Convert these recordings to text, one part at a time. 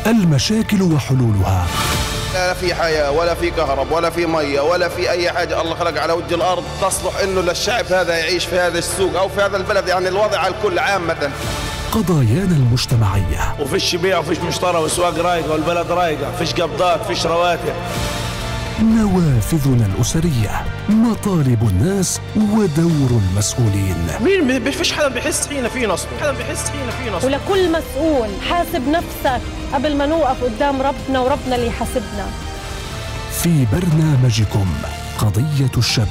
المشاكل وحلولها. لا في حياة ولا في كهرب ولا في مية ولا في أي حاجة الله خلق على وجه الأرض تصلح إنه للشعب هذا يعيش في هذا السوق أو في هذا البلد، يعني الوضع على الكل عامة. قضايانا المجتمعية، وفيش بيع وفيش مشترى والسواق رايقة والبلد رايقة، فيش قبضات فيش رواتب. نوافذنا الأسرية، مطالب الناس ودور المسؤولين. مين فيش حدا بيحس فينا في نصب، ولكل مسؤول حاسب نفسك قبل ما نوقف قدام ربنا وربنا اللي يحاسبنا. في برنامجكم قضية الشباب.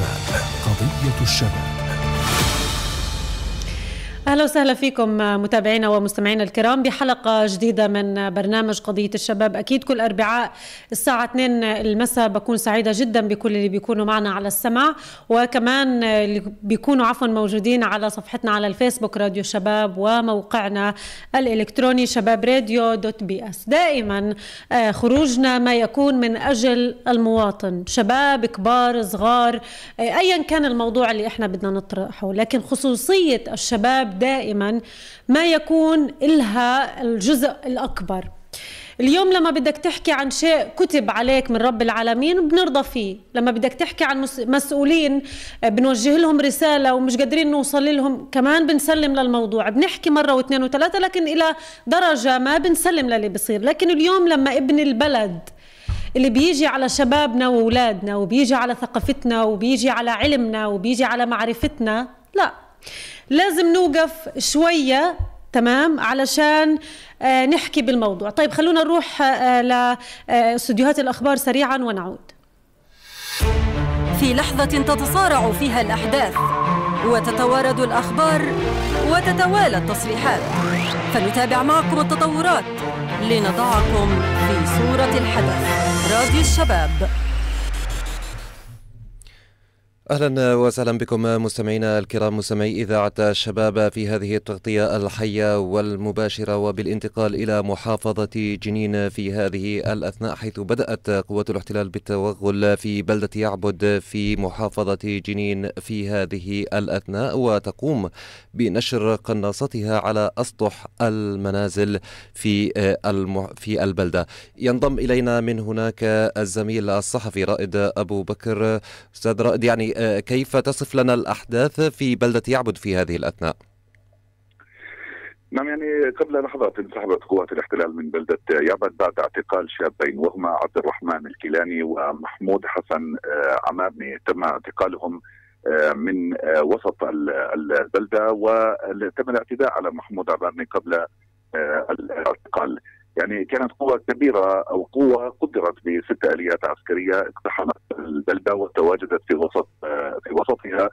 أهلا وسهلا فيكم متابعينا ومستمعينا الكرام بحلقة جديدة من برنامج قضية الشباب. أكيد كل أربعاء الساعة 2 المساء بكون سعيدة جدا بكل اللي بيكونوا معنا على السمع، وكمان اللي بيكونوا موجودين على صفحتنا على الفيسبوك راديو شباب، وموقعنا الإلكتروني shababradio.bs. دائما خروجنا ما يكون من أجل المواطن، شباب كبار صغار أيا كان الموضوع اللي احنا بدنا نطرحه، لكن خصوصية الشباب دائما ما يكون إلها الجزء الأكبر. اليوم لما بدك تحكي عن شيء كتب عليك من رب العالمين بنرضى فيه، لما بدك تحكي عن مسؤولين بنوجه لهم رسالة ومش قادرين نوصل لهم كمان بنسلم للموضوع، بنحكي مرة واثنين وثلاثة لكن إلى درجة ما بنسلم للي بيصير. لكن اليوم لما ابن البلد اللي بيجي على شبابنا وأولادنا وبيجي على ثقافتنا وبيجي على علمنا وبيجي على معرفتنا، لا لازم نوقف شوية تمام علشان نحكي بالموضوع. طيب خلونا نروح لاستوديوهات الأخبار سريعا ونعود. في لحظة تتصارع فيها الأحداث وتتوارد الأخبار وتتوالى التصريحات، فنتابع معكم التطورات لنضعكم في صورة الحدث. راديو الشباب. أهلا وسهلا بكم مستمعينا الكرام، مستمعي إذاعة الشباب في هذه التغطية الحية والمباشرة، وبالانتقال إلى محافظة جنين في هذه الأثناء، حيث بدأت قوات الاحتلال بالتوغل في بلدة يعبد في محافظة جنين في هذه الأثناء، وتقوم بنشر قناصتها على أسطح المنازل في البلدة. ينضم إلينا من هناك الزميل الصحفي رائد أبو بكر. أستاذ رائد، يعني كيف تصف لنا الأحداث في بلدة يعبد في هذه الأثناء؟ نعم، يعني قبل لحظات انسحبت قوات الاحتلال من بلدة يعبد بعد اعتقال شابين وهما عبد الرحمن الكيلاني ومحمود حسن عمامي. تم اعتقالهم من وسط البلدة، وتم الاعتداء على محمود عمامي قبل الاعتقال. يعني كانت قوة كبيرة أو قوة قدرت ب6 آليات عسكرية اقتحمت البلدة وتواجدت في وسطها،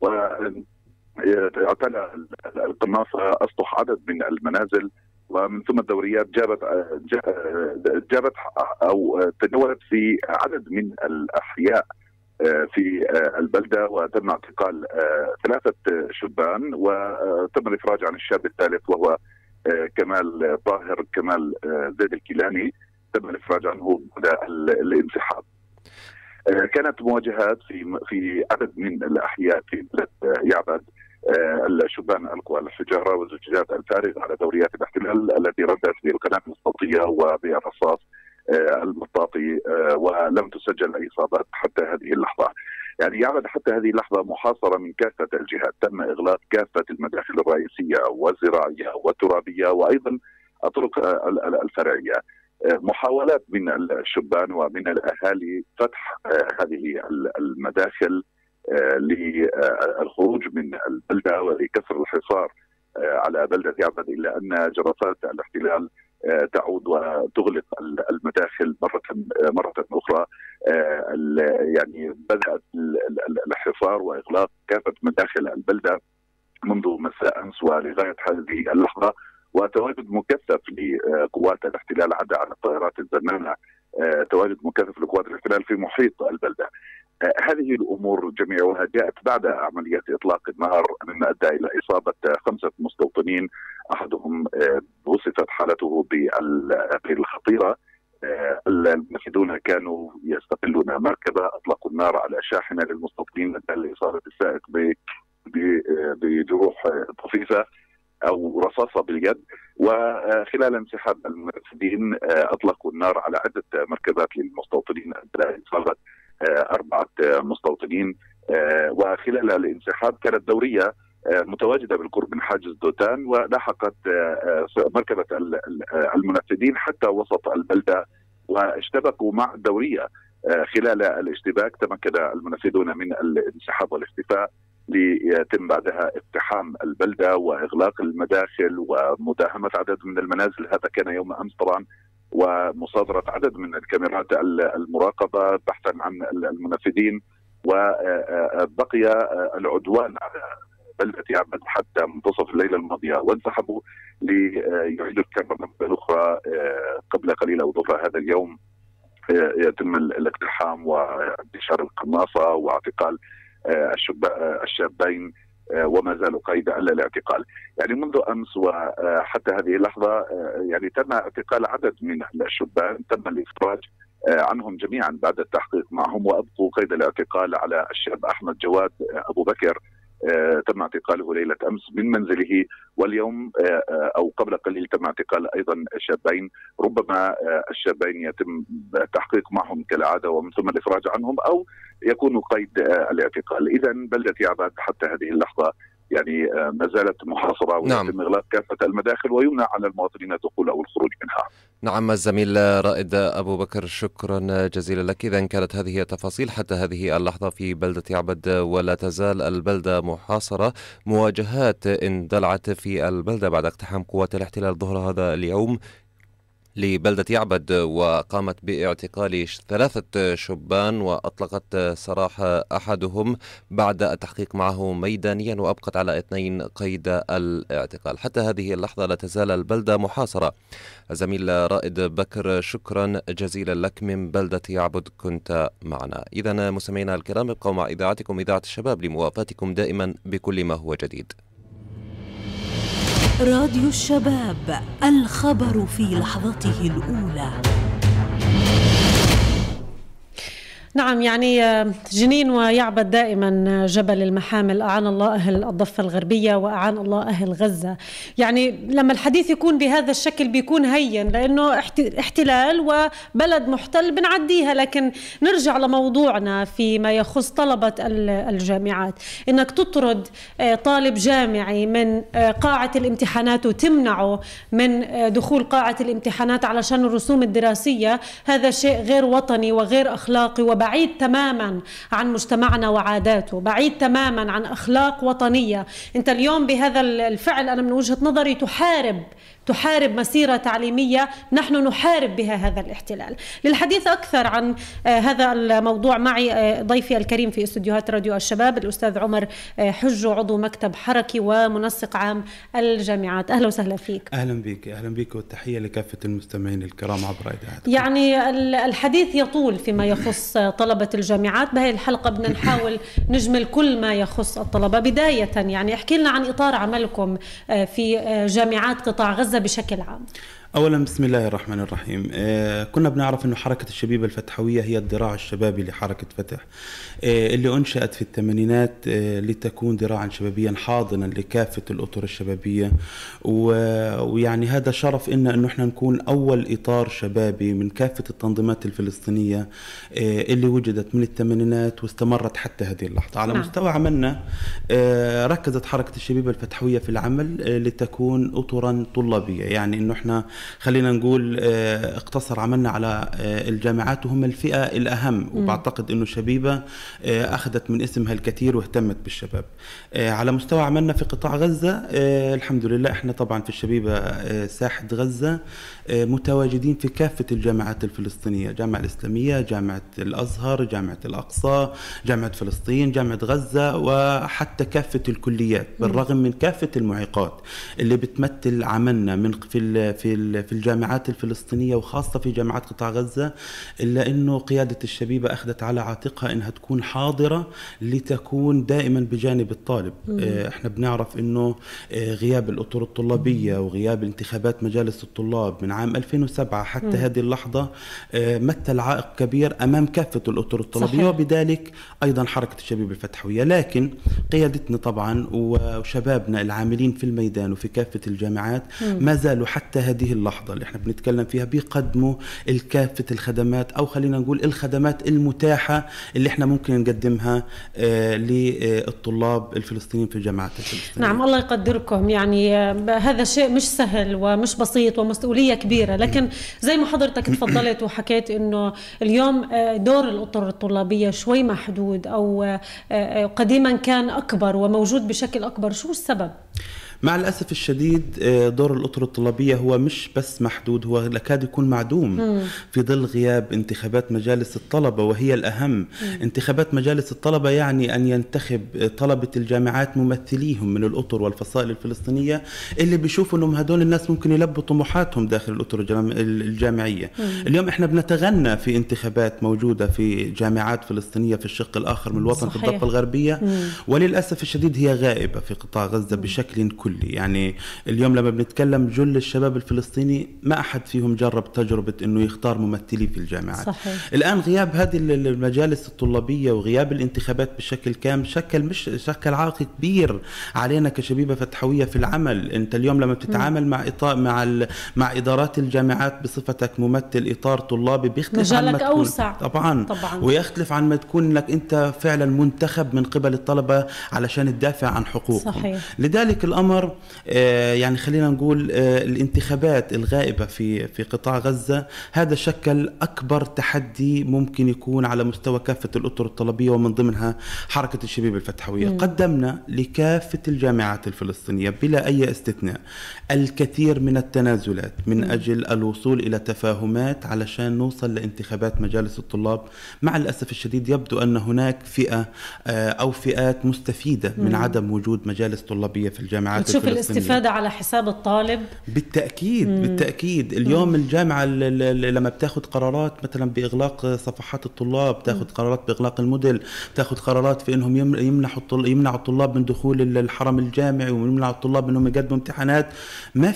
واعتلى القناصة أسطح عدد من المنازل، ومن ثم الدوريات جابت أو تجولت في عدد من الأحياء في البلدة، وتم اعتقال 3 شبان، وتم الإفراج عن الشاب الثالث وهو كمال طاهر كمال زيد الكيلاني. تم الإفراج عنه بعد الانسحاب. كانت مواجهات في عدد من الأحياء في بلد يعبد. الشبان ألقوا الحجارة والزجاجات الفارغة على دوريات الاحتلال التي ردت بالقنابل الصوتية وبالرصاص المطاطي، ولم تسجل أي إصابات حتى هذه اللحظة. يعني يعبد حتى هذه اللحظة محاصرة من كافة الجهات، تم إغلاق كافة المداخل الرئيسية والزراعية والترابية وأيضا الطرق الفرعية. محاولات من الشبان ومن الأهالي فتح هذه المداخل للخروج من البلدة ولكسر الحصار على بلدة يعبد، إلا أن جرافات الاحتلال تعود وتغلق المداخل مرة أخرى. يعني بدأت الحصار وإغلاق كافة مداخل البلدة منذ مساء أمس ولغاية هذه اللحظة، وتواجد مكثف لقوات الاحتلال عدا على الطائرات الزنانة، تواجد مكثف لقوات الاحتلال في محيط البلدة. هذه الأمور جميعها جاءت بعد عملية إطلاق النار مما أدى إلى إصابة 5 مستوطنين، أحدهم وصفت حالته بالخطيرة. المنفذون كانوا يستقلون مركبة، أطلقوا النار على شاحنة للمستوطنين أدى لإصابة السائق بجروح طفيفة. أو رصاصة باليد. وخلال انسحاب المنفذين أطلقوا النار على عدة مركبات للمستوطنين أدى إصابة 4 مستوطنين. وخلال الانسحاب كانت دورية متواجدة بالقرب من حاجز دوتان، ولاحقت مركبة المنفذين حتى وسط البلدة واشتبكوا مع الدورية. خلال الاشتباك تمكن المنفذون من الانسحاب والاختفاء، ليتم بعدها اقتحام البلدة وإغلاق المداخل ومداهمة عدد من المنازل. هذا كان يوم أمس طبعا، ومصادرة عدد من الكاميرات المراقبة بحثا عن المنفذين. وبقي العدوان على بلدة يعبد حتى منتصف الليلة الماضية، وانسحبوا ليعيدوا الكاميرا مرة أخرى قبل قليل أو ظهر هذا اليوم. يتم الاقتحام وانتشار القناصة واعتقال الشابين، وما زالوا قيد الاعتقال. يعني منذ امس وحتى هذه اللحظه يعني تم اعتقال عدد من الشبان، تم الافراج عنهم جميعا بعد التحقيق معهم، وابقوا قيد الاعتقال على الشاب احمد جواد ابو بكر. تم اعتقاله ليله امس من منزله، واليوم او قبل قليل تم اعتقال ايضا شابين. ربما الشابين يتم التحقيق معهم كالعاده ومن ثم الافراج عنهم، او يكون قيد الاعتقال. اذا بلده يعبد حتى هذه اللحظه يعني ما زالت محاصره، ويتم اغلاق كافه المداخل ويمنع على المواطنين الدخول او الخروج منها. نعم الزميل رائد أبو بكر، شكرا جزيلا لك. إذا كانت هذه التفاصيل حتى هذه اللحظة في بلدة يعبد، ولا تزال البلدة محاصرة. مواجهات اندلعت في البلدة بعد اقتحام قوات الاحتلال ظهر هذا اليوم لبلدة يعبد، وقامت باعتقال 3 شبان، وأطلقت سراح أحدهم بعد التحقيق معه ميدانيا، وأبقت على 2 قيد الاعتقال. حتى هذه اللحظة لا تزال البلدة محاصرة. الزميل رائد بكر، شكرا جزيلا لك من بلدة يعبد كنت معنا. إذا مستمعينا الكرام، ابقوا مع إذاعتكم إذاعة الشباب لموافاتكم دائما بكل ما هو جديد. راديو الشباب، الخبر في لحظته الأولى. نعم، يعني جنين ويعبد دائما جبل المحامل. أعان الله أهل الضفة الغربية وأعان الله أهل غزة. يعني لما الحديث يكون بهذا الشكل بيكون هين، لأنه احتلال وبلد محتل بنعديها. لكن نرجع لموضوعنا فيما يخص طلبة الجامعات. إنك تطرد طالب جامعي من قاعة الامتحانات وتمنعه من دخول قاعة الامتحانات علشان الرسوم الدراسية، هذا شيء غير وطني وغير أخلاقي، بعيد تماما عن مجتمعنا وعاداته، بعيد تماما عن أخلاق وطنية. أنت اليوم بهذا الفعل أنا من وجهة نظري تحارب مسيرة تعليمية نحن نحارب بها هذا الاحتلال. للحديث أكثر عن هذا الموضوع معي ضيفي الكريم في استوديوهات راديو الشباب الأستاذ عمر حجو، عضو مكتب حركي ومنسق عام الجامعات. أهلا وسهلا فيك. أهلا بك والتحية لكافة المستمعين الكرام عبر إذاعتكم. يعني الحديث يطول فيما يخص طلبة الجامعات. بهذه الحلقة بدنا نحاول نجمل كل ما يخص الطلبة. بداية يعني احكي لنا عن إطار عملكم في جامعات قطاع غزة بشكل عام. أولا بسم الله الرحمن الرحيم. كنا بنعرف أنه حركة الشبيبة الفتحوية هي الذراع الشبابي لحركة فتح، اللي أنشأت في الثمانينات لتكون ذراعا شبابيا حاضنا لكافة الأطر الشبابية. ويعني هذا شرف إنه إحنا نكون أول إطار شبابي من كافة التنظيمات الفلسطينية اللي وجدت من الثمانينات واستمرت حتى هذه اللحظة. على مستوى عملنا ركزت حركة الشبيبة الفتحوية في العمل لتكون أطرا طلابية، يعني إنه إحنا خلينا نقول اقتصر عملنا على الجامعات وهم الفئة الأهم، وبعتقد أنه شبيبة أخذت من اسمها الكثير واهتمت بالشباب. على مستوى عملنا في قطاع غزة الحمد لله احنا طبعا في الشبيبة ساحة غزة متواجدين في كافة الجامعات الفلسطينية، جامعة الإسلامية، جامعة الأزهر، جامعة الأقصى، جامعة فلسطين، جامعة غزة، وحتى كافة الكليات، بالرغم من كافة المعيقات اللي بتمثل عملنا من في في الجامعات الفلسطينية وخاصة في جامعات قطاع غزة، إلا أنه قيادة الشبيبة أخذت على عاتقها أنها تكون حاضرة لتكون دائما بجانب الطالب. احنا بنعرف أنه غياب الأطر الطلابية وغياب انتخابات مجالس الطلاب من عام 2007 حتى هذه اللحظة مثل عائق كبير أمام كافة الأطر الطلابية، وبذلك أيضا حركة الشبيبة الفتحوية. لكن قيادتنا طبعا وشبابنا العاملين في الميدان وفي كافة الجامعات ما زالوا حتى هذه اللحظة اللي احنا بنتكلم فيها بيقدموا الكافة الخدمات، أو خلينا نقول الخدمات المتاحة اللي احنا ممكن نقدمها للطلاب الفلسطينيين في الجامعات الفلسطينية. نعم، الله يقدركم. يعني هذا شيء مش سهل ومش بسيط ومسؤولية كبيرة، لكن زي ما حضرتك تفضلت وحكيت انه اليوم دور الأطر الطلابية شوي محدود، او قديما كان اكبر وموجود بشكل اكبر. شو السبب؟ مع الأسف الشديد دور الأطر الطلابية هو مش بس محدود، هو يكاد يكون معدوم في ظل غياب انتخابات مجالس الطلبة، وهي الأهم. انتخابات مجالس الطلبة يعني أن ينتخب طلبة الجامعات ممثليهم من الأطر والفصائل الفلسطينية اللي بيشوفوا أنهم هدول الناس ممكن يلبوا طموحاتهم داخل الأطر الجامعية. اليوم احنا بنتغنى في انتخابات موجودة في جامعات فلسطينية في الشق الآخر من الوطن، في الضفة الغربية، وللأسف الشديد هي غائبة في قطاع غزة بشكل كلي. يعني اليوم لما بنتكلم جل الشباب الفلسطيني ما أحد فيهم جرب تجربة أنه يختار ممثلي في الجامعات. صحيح. الآن غياب هذه المجالس الطلابية وغياب الانتخابات بشكل كامل شكل عائق كبير علينا كشبيبة فتحوية في العمل. أنت اليوم لما بتتعامل مع إدارات الجامعات بصفتك ممثل إطار طلابي بيختلف عن ما تكون أوسع. طبعا ويختلف عن ما تكون أنك أنت فعلا منتخب من قبل الطلبة علشان تدافع عن حقوقهم. صحيح. لذلك الأمر يعني خلينا نقول الانتخابات الغائبة في قطاع غزة هذا شكل أكبر تحدي ممكن يكون على مستوى كافة الأطر الطلابية، ومن ضمنها حركة الشبيبة الفتحوية. قدمنا لكافة الجامعات الفلسطينية بلا أي استثناء الكثير من التنازلات من أجل الوصول إلى تفاهمات علشان نوصل لانتخابات مجالس الطلاب. مع الأسف الشديد يبدو أن هناك فئة أو فئات مستفيدة من عدم وجود مجالس طلابية في الجامعات تشوف الاستفادة على حساب الطالب. بالتأكيد اليوم الجامعة لما بتاخد قرارات مثلا بإغلاق صفحات الطلاب، تاخد قرارات بإغلاق الموديل، تاخد قرارات في إنهم يمنعوا الطلاب من دخول الحرم الجامعي، ويمنعوا الطلاب إنهم يقدموا امتحانات. ما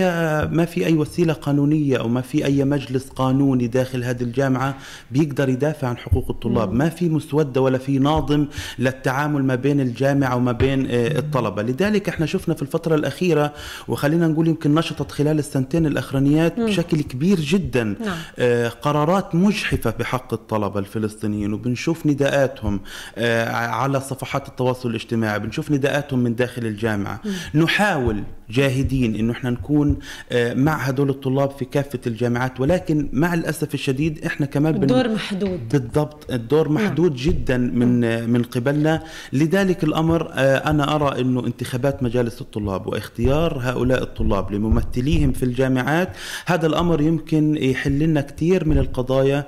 في أي وسيلة قانونية أو ما في أي مجلس قانوني داخل هذه الجامعة بيقدر يدافع عن حقوق الطلاب. ما في مسودة ولا في ناظم للتعامل ما بين الجامعة وما بين الطلبة. لذلك احنا شفنا في الفترة الأخيرة، وخلينا نقول يمكن نشطت خلال السنتين الأخرانيات بشكل كبير جدا قرارات مجحفة بحق الطلبة الفلسطينيين، وبنشوف نداءاتهم على صفحات التواصل الاجتماعي، بنشوف نداءاتهم من داخل الجامعة. نحاول جاهدين إنه احنا نكون مع هدول الطلاب في كافة الجامعات، ولكن مع الأسف الشديد احنا كمان الدور محدود. بالضبط، الدور محدود جدا من قبلنا. لذلك الأمر أنا أرى إنه انتخابات مجالس الطلاب واختيار هؤلاء الطلاب لممثليهم في الجامعات هذا الأمر يمكن يحل لنا كثير من القضايا،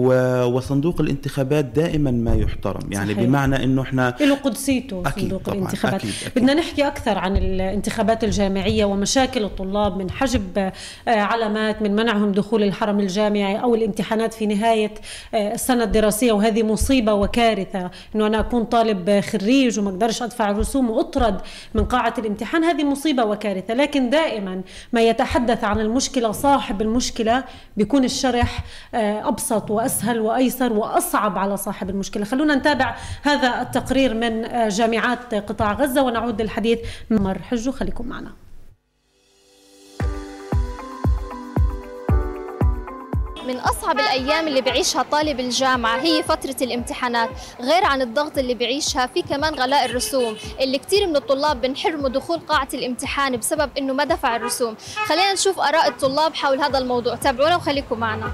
وصندوق الانتخابات دائما ما يحترم. يعني صحيح. بمعنى إنه احنا له قدسيته صندوق الانتخابات. أكيد. بدنا نحكي أكثر عن الانتخابات الجامعية ومشاكل الطلاب من حجب علامات، من منعهم دخول الحرم الجامعي أو الامتحانات في نهاية السنة الدراسية. وهذه مصيبة وكارثة، إنه أنا أكون طالب خريج وما أقدرش أدفع الرسوم وأطرد من قاعة الامتحان. هذه مصيبة وكارثة. لكن دائما ما يتحدث عن المشكلة صاحب المشكلة بيكون الشرح أبسط وأسهل وأيسر وأصعب على صاحب المشكلة. خلونا نتابع هذا التقرير من جامعات قطاع غزة ونعود للحديث. مر حجو، خليكم معنا. من أصعب الأيام اللي بعيشها طالب الجامعة هي فترة الامتحانات. غير عن الضغط اللي بعيشها في كمان غلاء الرسوم اللي كتير من الطلاب بنحرموا دخول قاعة الامتحان بسبب إنه ما دفع الرسوم. خلينا نشوف آراء الطلاب حول هذا الموضوع. تابعونا وخليكم معنا.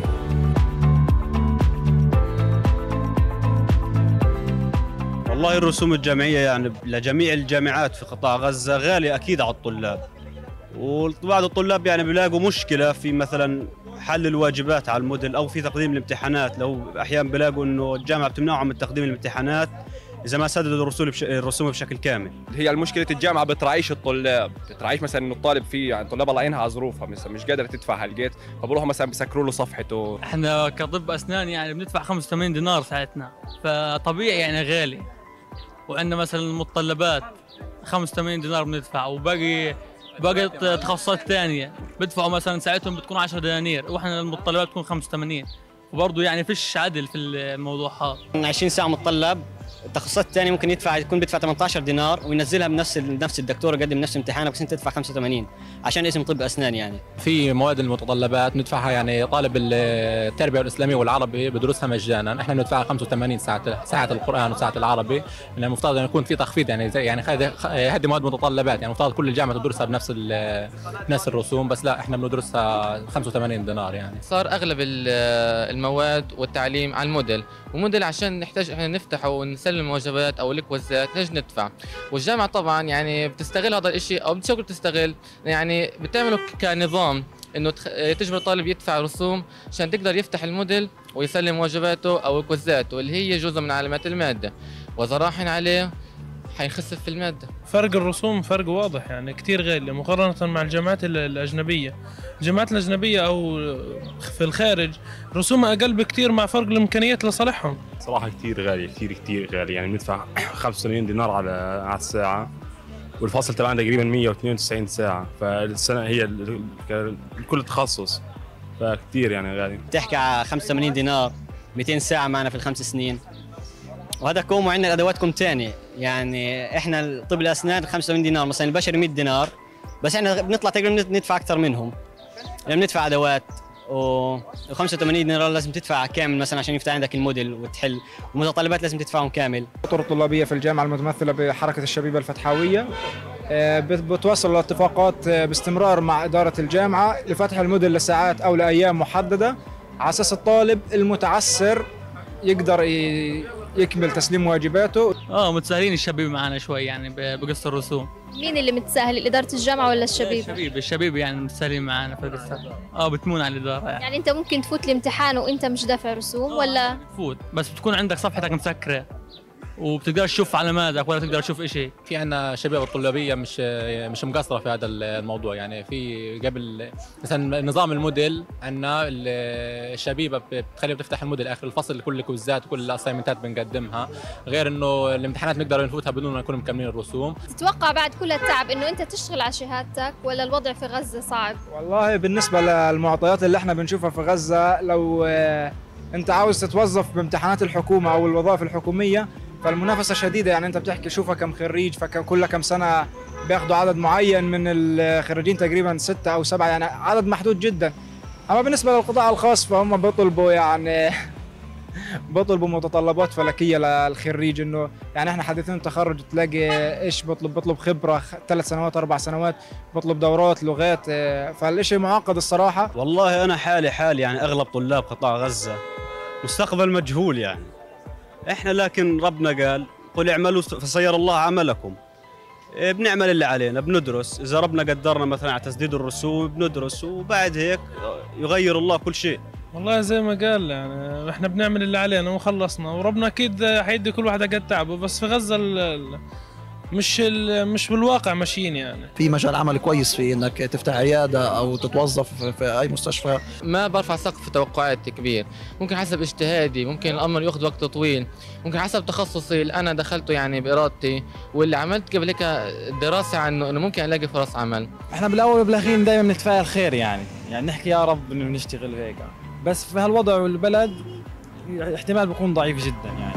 والله الرسوم الجامعية يعني لجميع الجامعات في قطاع غزة غالية أكيد على الطلاب، وبعض الطلاب يعني بيلاقوا مشكلة في مثلا حل الواجبات على الموديل أو في تقديم الامتحانات. لو أحيانا بيلاقوا إنه الجامعة بتمنعهم من تقديم الامتحانات اذا ما سددوا الرسوم بشكل كامل. هي المشكله الجامعه بتراعيش الطلاب، بتراعيش مثلا انه الطالب فيه يعني الطلاب الله يعينها على ظروفها مثلا مش قادره تدفع هالجيت، فبروحوا مثلا بسكروا له صفحته. احنا كطب اسنان يعني بندفع 85 دينار ساعتنا، فطبيعي يعني غالي. وعندنا مثلا المتطلبات 85 دينار بندفع، وباقي تخصصات ثانيه بدفعوا مثلا ساعتهم بتكون 10 دنانير، واحنا المتطلبات بتكون 85. وبرضه يعني فيش عدل في الموضوع هذا. 20 ساعه متطلب، التخصصات الثانيه ممكن يكون بيدفع 18 دينار وينزلها بنفس الدكتور يقدم نفس امتحانه، بس انت تدفع 85 عشان اسم طب اسنان. يعني في مواد المتطلبات ندفعها، يعني طالب التربيه والاسلاميه والعربي بدرسها مجانا، احنا بندفع 85 ساعه القران وساعه العربي، لان المفترض ان يكون في تخفيض يعني هذه مواد متطلبات، يعني المفترض كل الجامعه تدرسها بنفس الرسوم، بس لا احنا بندرسها 85 دينار. يعني صار اغلب المواد والتعليم على الموديل، وموديل عشان نحتاج احنا نفتحه ونسلم واجبات او الكوزات نجي ندفع، والجامعه طبعا يعني بتستغل هذا الشيء، او بتشوف بتستغل يعني بتعمله كنظام انه تجبر الطالب يدفع رسوم عشان تقدر يفتح الموديل ويسلم واجباته او كوزاته اللي هي جزء من علامات الماده، واذا راحن عليه حينخسف في الماده. فرق الرسوم فرق واضح، يعني كثير غالي مقارنه مع الجامعات الاجنبيه. الجامعات الاجنبيه او في الخارج رسومها اقل بكثير مع فرق الامكانيات لصالحهم. صراحه كثير غالي، كثير غالي، يعني بندفع 85 دينار على الساعه، والفصل تبعنا تقريبا 192 ساعه، فالسنه هي لكل تخصص، فكثير يعني غالي. بتحكي على 85 دينار 200 ساعه معنا في ال5 سنين، وهذا كوم وعندنا ادواتكم ثاني. يعني احنا طب الاسنان 85 دينار، مثلا البشري 100 دينار، بس احنا بنطلع تقريبا ندفع اكثر منهم، لان بندفع ادوات و85 دينار لازم تدفع كامل مثلا عشان يفتح عندك الموديل وتحل، ومتطلبات لازم تدفعهم كامل. الأطر الطلابيه في الجامعه المتمثله بحركه الشبيبه الفتحاويه بتوصل لاتفاقات باستمرار مع اداره الجامعه لفتح الموديل لساعات او لايام محدده، على اساس الطالب المتعسر يقدر يكمل تسليم واجباته. متساهلين الشبيب معنا شوي يعني بقصة الرسوم. مين اللي متساهل، إدارة الجامعة ولا الشبيب؟ الشبيب يعني متساهلين معنا في القصة. بتمون على الإدارة يعني أنت ممكن تفوت الامتحان وأنت مش دافع رسوم ولا؟ تفوت بس بتكون عندك صفحتك مسكرة وبتقدر تشوف علاماتك ولا تقدر تشوف شيء. في عندنا شباب الطلابيه مش مقصره في هذا الموضوع، يعني في قبل مثلا نظام الموديل عندنا الشبيبه بتخليها بتفتح الموديل اخر الفصل كل الكويزات وكل الاسايمنتات بنقدمها، غير انه الامتحانات نقدر نفوتها بدون ما نكون مكملين الرسوم. تتوقع بعد كل التعب انه انت تشتغل على شهادتك ولا الوضع في غزه صعب؟ والله بالنسبه للمعطيات اللي احنا بنشوفها في غزه، لو انت عاوز تتوظف بامتحانات الحكومه او الوظائف الحكوميه فالمنافسه شديده. يعني انت بتحكي شوفها كم خريج، فكل كم سنه بياخذوا عدد معين من الخريجين، تقريبا 6 أو 7، يعني عدد محدود جدا. اما بالنسبه للقطاع الخاص فهم بيطلبوا يعني بيطلبوا متطلبات فلكيه للخريج، انه يعني احنا حديثين التخرج تلاقي ايش بيطلب خبره 3 سنوات 4 سنوات، بيطلب دورات لغات، فالشيء معقد الصراحه. والله انا حالي يعني اغلب طلاب قطاع غزه مستقبل مجهول، يعني احنا لكن ربنا قل اعملوا فسيرى الله عملكم. بنعمل اللي علينا، بندرس، اذا ربنا قدرنا مثلا على تسديد الرسوم بندرس، وبعد هيك يغير الله كل شيء. والله زي ما قال يعني احنا بنعمل اللي علينا وخلصنا، وربنا اكيد حيدي كل واحد قد تعبه، بس في غزه مش بالواقع ماشيين. يعني في مجال عمل كويس في انك تفتح عياده او تتوظف في اي مستشفى. ما برفع سقف توقعات كبير، ممكن حسب اجتهادي، ممكن الامر ياخذ وقت طويل، ممكن حسب تخصصي اللي انا دخلته يعني بارادتي، واللي عملت قبل هيك دراسه عنه انه ممكن الاقي فرص عمل. احنا بالاول وبالاخير دائما بنتفائل خير، يعني نحكي يا رب انه نشتغل هيك، بس في هالوضع والبلد احتمال بيكون ضعيف جدا. يعني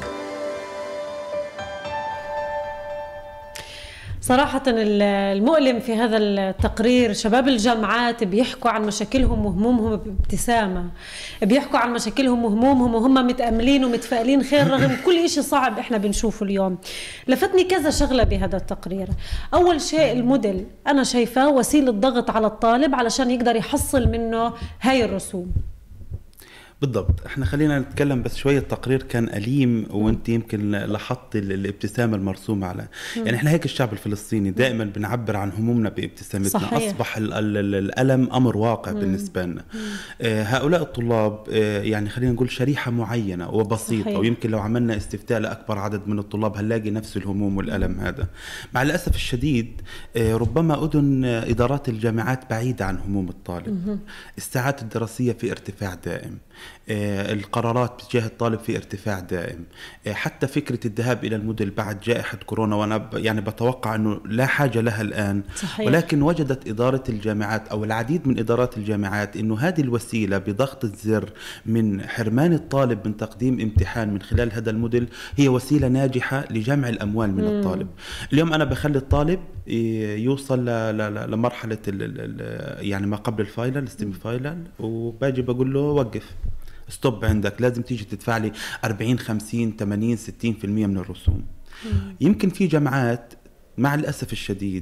صراحة المؤلم في هذا التقرير شباب الجامعات بيحكوا عن مشاكلهم وهمومهم بابتسامة، بيحكوا عن مشاكلهم وهمومهم وهم متأملين ومتفائلين خير رغم كل إشي صعب إحنا بنشوفه اليوم. لفتني كذا شغلة بهذا التقرير. أول شيء الموديل أنا شايفاه وسيلة ضغط على الطالب علشان يقدر يحصل منه هاي الرسوم. بالضبط. احنا خلينا نتكلم بس شويه. التقرير كان أليم وانت يمكن لاحظت الابتسامه المرسومه على يعني احنا هيك الشعب الفلسطيني دائما بنعبر عن همومنا بابتسامتنا. صحيح. اصبح الالم امر واقع بالنسبه لنا. هؤلاء الطلاب يعني خلينا نقول شريحه معينه وبسيطه. صحيح. ويمكن لو عملنا استفتاء لاكبر عدد من الطلاب هنلاقي نفس الهموم والالم هذا. مع الاسف الشديد ربما اذن ادارات الجامعات بعيده عن هموم الطالب. الساعات الدراسيه في ارتفاع دائم، القرارات تجاه الطالب في ارتفاع دائم، حتى فكرة الذهاب إلى المدن بعد جائحة كورونا، وأنا يعني بتوقع أنه لا حاجة لها الآن. صحيح. ولكن وجدت إدارة الجامعات أو العديد من إدارات الجامعات أنه هذه الوسيلة بضغط الزر من حرمان الطالب من تقديم امتحان من خلال هذا الموديل هي وسيلة ناجحة لجمع الأموال من الطالب. اليوم أنا بخلي الطالب يوصل لمرحلة يعني ما قبل الفاينل الستيم فاينل، وباجي بقول له وقف ستوب، عندك لازم تيجي تدفع لي 40 50 80 60% من الرسوم. يمكن في جامعات مع الأسف الشديد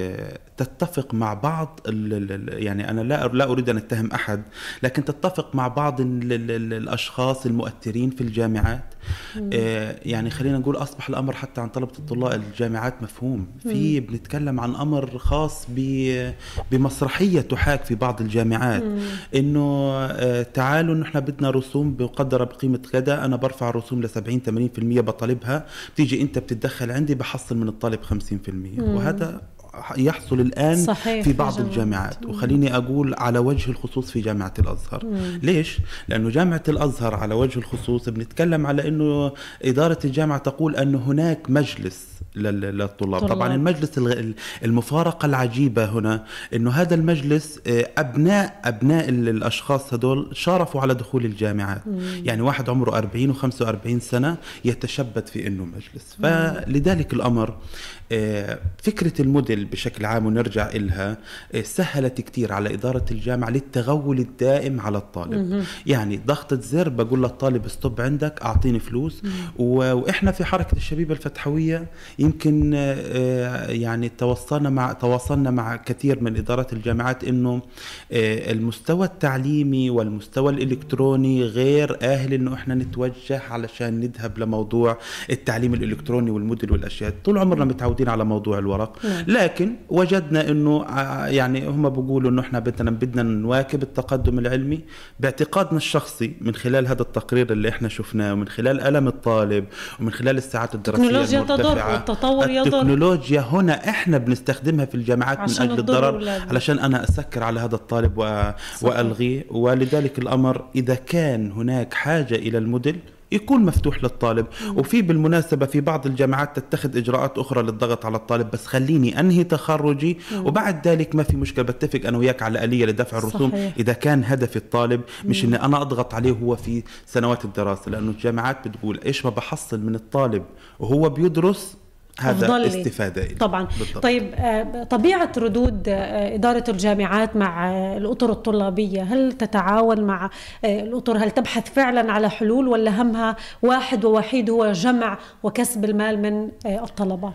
تتفق مع بعض يعني أنا لا أريد أن أتهم أحد، لكن تتفق مع بعض الأشخاص المؤثرين في الجامعات. يعني خلينا نقول أصبح الأمر حتى عن طلبة الطلاب الجامعات مفهوم. في بنتكلم عن أمر خاص بمسرحية تحاك في بعض الجامعات، إنه تعالوا نحن بدنا رسوم مقدرة بقيمة كذا، أنا برفع الرسوم ل 70 80% بطالبها، تيجي أنت بتتدخل عندي بحصل من الطالب 50%. وهذا يحصل الآن في بعض الجامعات، وخليني أقول على وجه الخصوص في جامعة الأزهر. ليش؟ لأنه جامعة الأزهر على وجه الخصوص بنتكلم على أنه إدارة الجامعة تقول أن هناك مجلس للطلاب. طبعا المجلس المفارقة العجيبة هنا أنه هذا المجلس أبناء الأشخاص هدول شارفوا على دخول الجامعات. يعني واحد عمره 40 و45 سنة يتشبت في أنه مجلس. فلذلك الأمر فكرة الموديل بشكل عام ونرجع إلها سهلت كتير على إدارة الجامعة للتغول الدائم على الطالب. يعني ضغطة زر بقول للطالب ستوب عندك أعطيني فلوس. وإحنا في حركة الشبيبة الفتحوية يمكن يعني تواصلنا مع كثير من إدارات الجامعات إنه المستوى التعليمي والمستوى الإلكتروني غير أهل إنه إحنا نتوجه علشان نذهب لموضوع التعليم الإلكتروني والموديل والأشياء. طول عمرنا متعودين على موضوع الورق. لكن وجدنا إنه يعني هم بيقولوا إنه إحنا بدنا نواكب التقدم العلمي. باعتقادنا الشخصي من خلال هذا التقرير اللي إحنا شفناه ومن خلال ألم الطالب ومن خلال الساعات الدراسية المرتفعة، التكنولوجيا هنا إحنا بنستخدمها في الجامعات من أجل الضرر، علشان أنا أسكر على هذا الطالب وألغيه. ولذلك الأمر إذا كان هناك حاجة إلى الموديل يكون مفتوح للطالب. وفي بالمناسبة في بعض الجامعات تتخذ إجراءات أخرى للضغط على الطالب، بس خليني أنهي تخرجي وبعد ذلك ما في مشكلة، بتفق أنا وياك على آلية لدفع الرسوم. صحيح. إذا كان هدف الطالب مش إن أنا أضغط عليه هو في سنوات الدراسة، لأنه الجامعات بتقول إيش ما بحصل من الطالب وهو بيدرس هذا استفادة طبعا. بالضبط. طيب طبيعة ردود إدارة الجامعات مع الأطر الطلابية، هل تتعاون مع الأطر؟ هل تبحث فعلا على حلول ولا همها واحد ووحيد هو جمع وكسب المال من الطلبة؟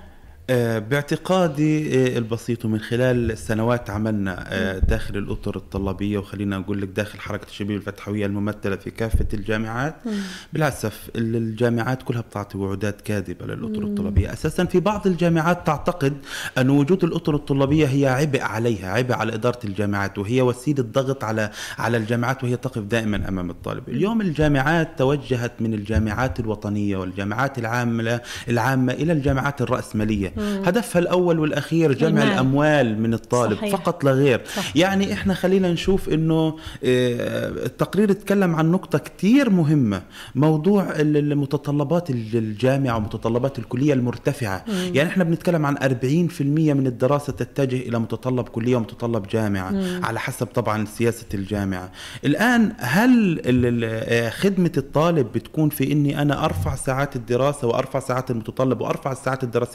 باعتقادي البسيط ومن خلال سنوات عملنا داخل الأطر الطلابية، وخلينا أقول لك داخل حركة الشبيبة الفتحوية الممثلة في كافة الجامعات، بالعسف الجامعات كلها بتعطي وعودات كاذبة للأطر الطلابية. أساسا في بعض الجامعات تعتقد أن وجود الأطر الطلابية هي عبء عليها، عبء على إدارة الجامعات، وهي وسيلة ضغط على الجامعات، وهي تقف دائما أمام الطالب. اليوم الجامعات توجهت من الجامعات الوطنية والجامعات العامة إلى الجامعات الرأسمالية. هدفها الأول والأخير جمع الأموال من الطالب. صحيح. فقط لا غير. صح. يعني إحنا خلينا نشوف إنه التقرير اتكلم عن نقطة كتير مهمة، موضوع المتطلبات الجامعة ومتطلبات الكلية المرتفعة. يعني إحنا بنتكلم عن 40% من الدراسة تتجه إلى متطلب كلية ومتطلب جامعة على حسب طبعا سياسة الجامعة. الآن هل خدمة الطالب بتكون في إني أنا أرفع ساعات الدراسة وأرفع ساعات المتطلب وأرفع الساعات الدراسية عشان أحصل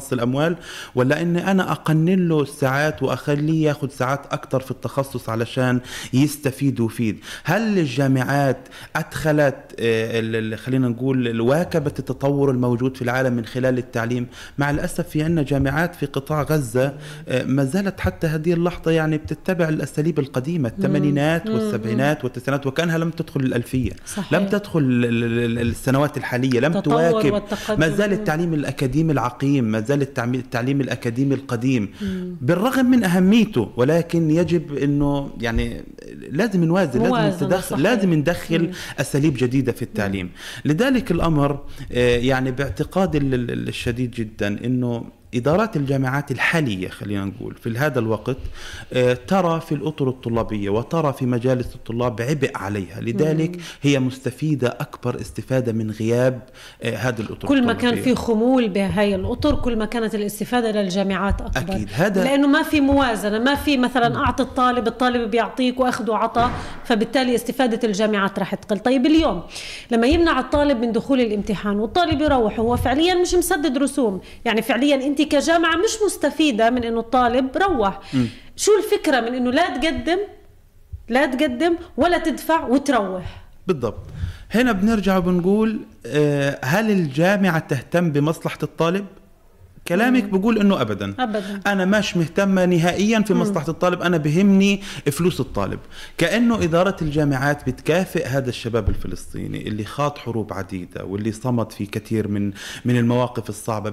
يحصل أموال، ولا إن أنا أقنن له الساعات وأخليه ياخد ساعات أكتر في التخصص علشان يستفيد ويفيد؟ هل الجامعات أدخلت خلينا نقول واكبت التطور الموجود في العالم من خلال التعليم؟ مع الأسف في عنا جامعات في قطاع غزة ما زالت حتى هذه اللحظة يعني بتتبع الأساليب القديمة، الثمانينات والسبعينات والتسعينات، وكانها لم تدخل الألفية. صحيح. لم تدخل السنوات الحالية، لم تواكب. ما زال التعليم الأكاديمي العقيم، ما زال التعليم الأكاديمي القديم بالرغم من أهميته، ولكن يجب أنه يعني لازم نوازن، لازم ندخل أساليب جديدة في التعليم. لذلك الأمر يعني باعتقادي الشديد جدا أنه إدارات الجامعات الحالية خلينا نقول في هذا الوقت ترى في الأطر الطلابية وترى في مجالس الطلاب عبء عليها، لذلك هي مستفيدة أكبر استفادة من غياب هذه الأطر. كل ما كان في خمول بهاي الأطر كل ما كانت الاستفادة للجامعات أكبر. أكيد. لأنه ما في موازنة، ما في مثلا أعطي الطالب بيعطيك وأخذ وعطى، فبالتالي استفادة الجامعات راح تقل. طيب اليوم لما يمنع الطالب من دخول الامتحان والطالب يروح هو فعليا مش مسدد رسوم، يعني فعليا أنت كجامعة مش مستفيدة من انه الطالب روح. شو الفكرة من انه لا تقدم ولا تدفع وتروح؟ بالضبط. هنا بنرجع وبنقول هل الجامعة تهتم بمصلحة الطالب؟ كلامك بقول انه ابدا انا مش مهتمه نهائيا في مصلحه الطالب، انا بهمني فلوس الطالب. كانه اداره الجامعات بتكافئ هذا الشباب الفلسطيني اللي خاض حروب عديده واللي صمد في كثير من المواقف الصعبه،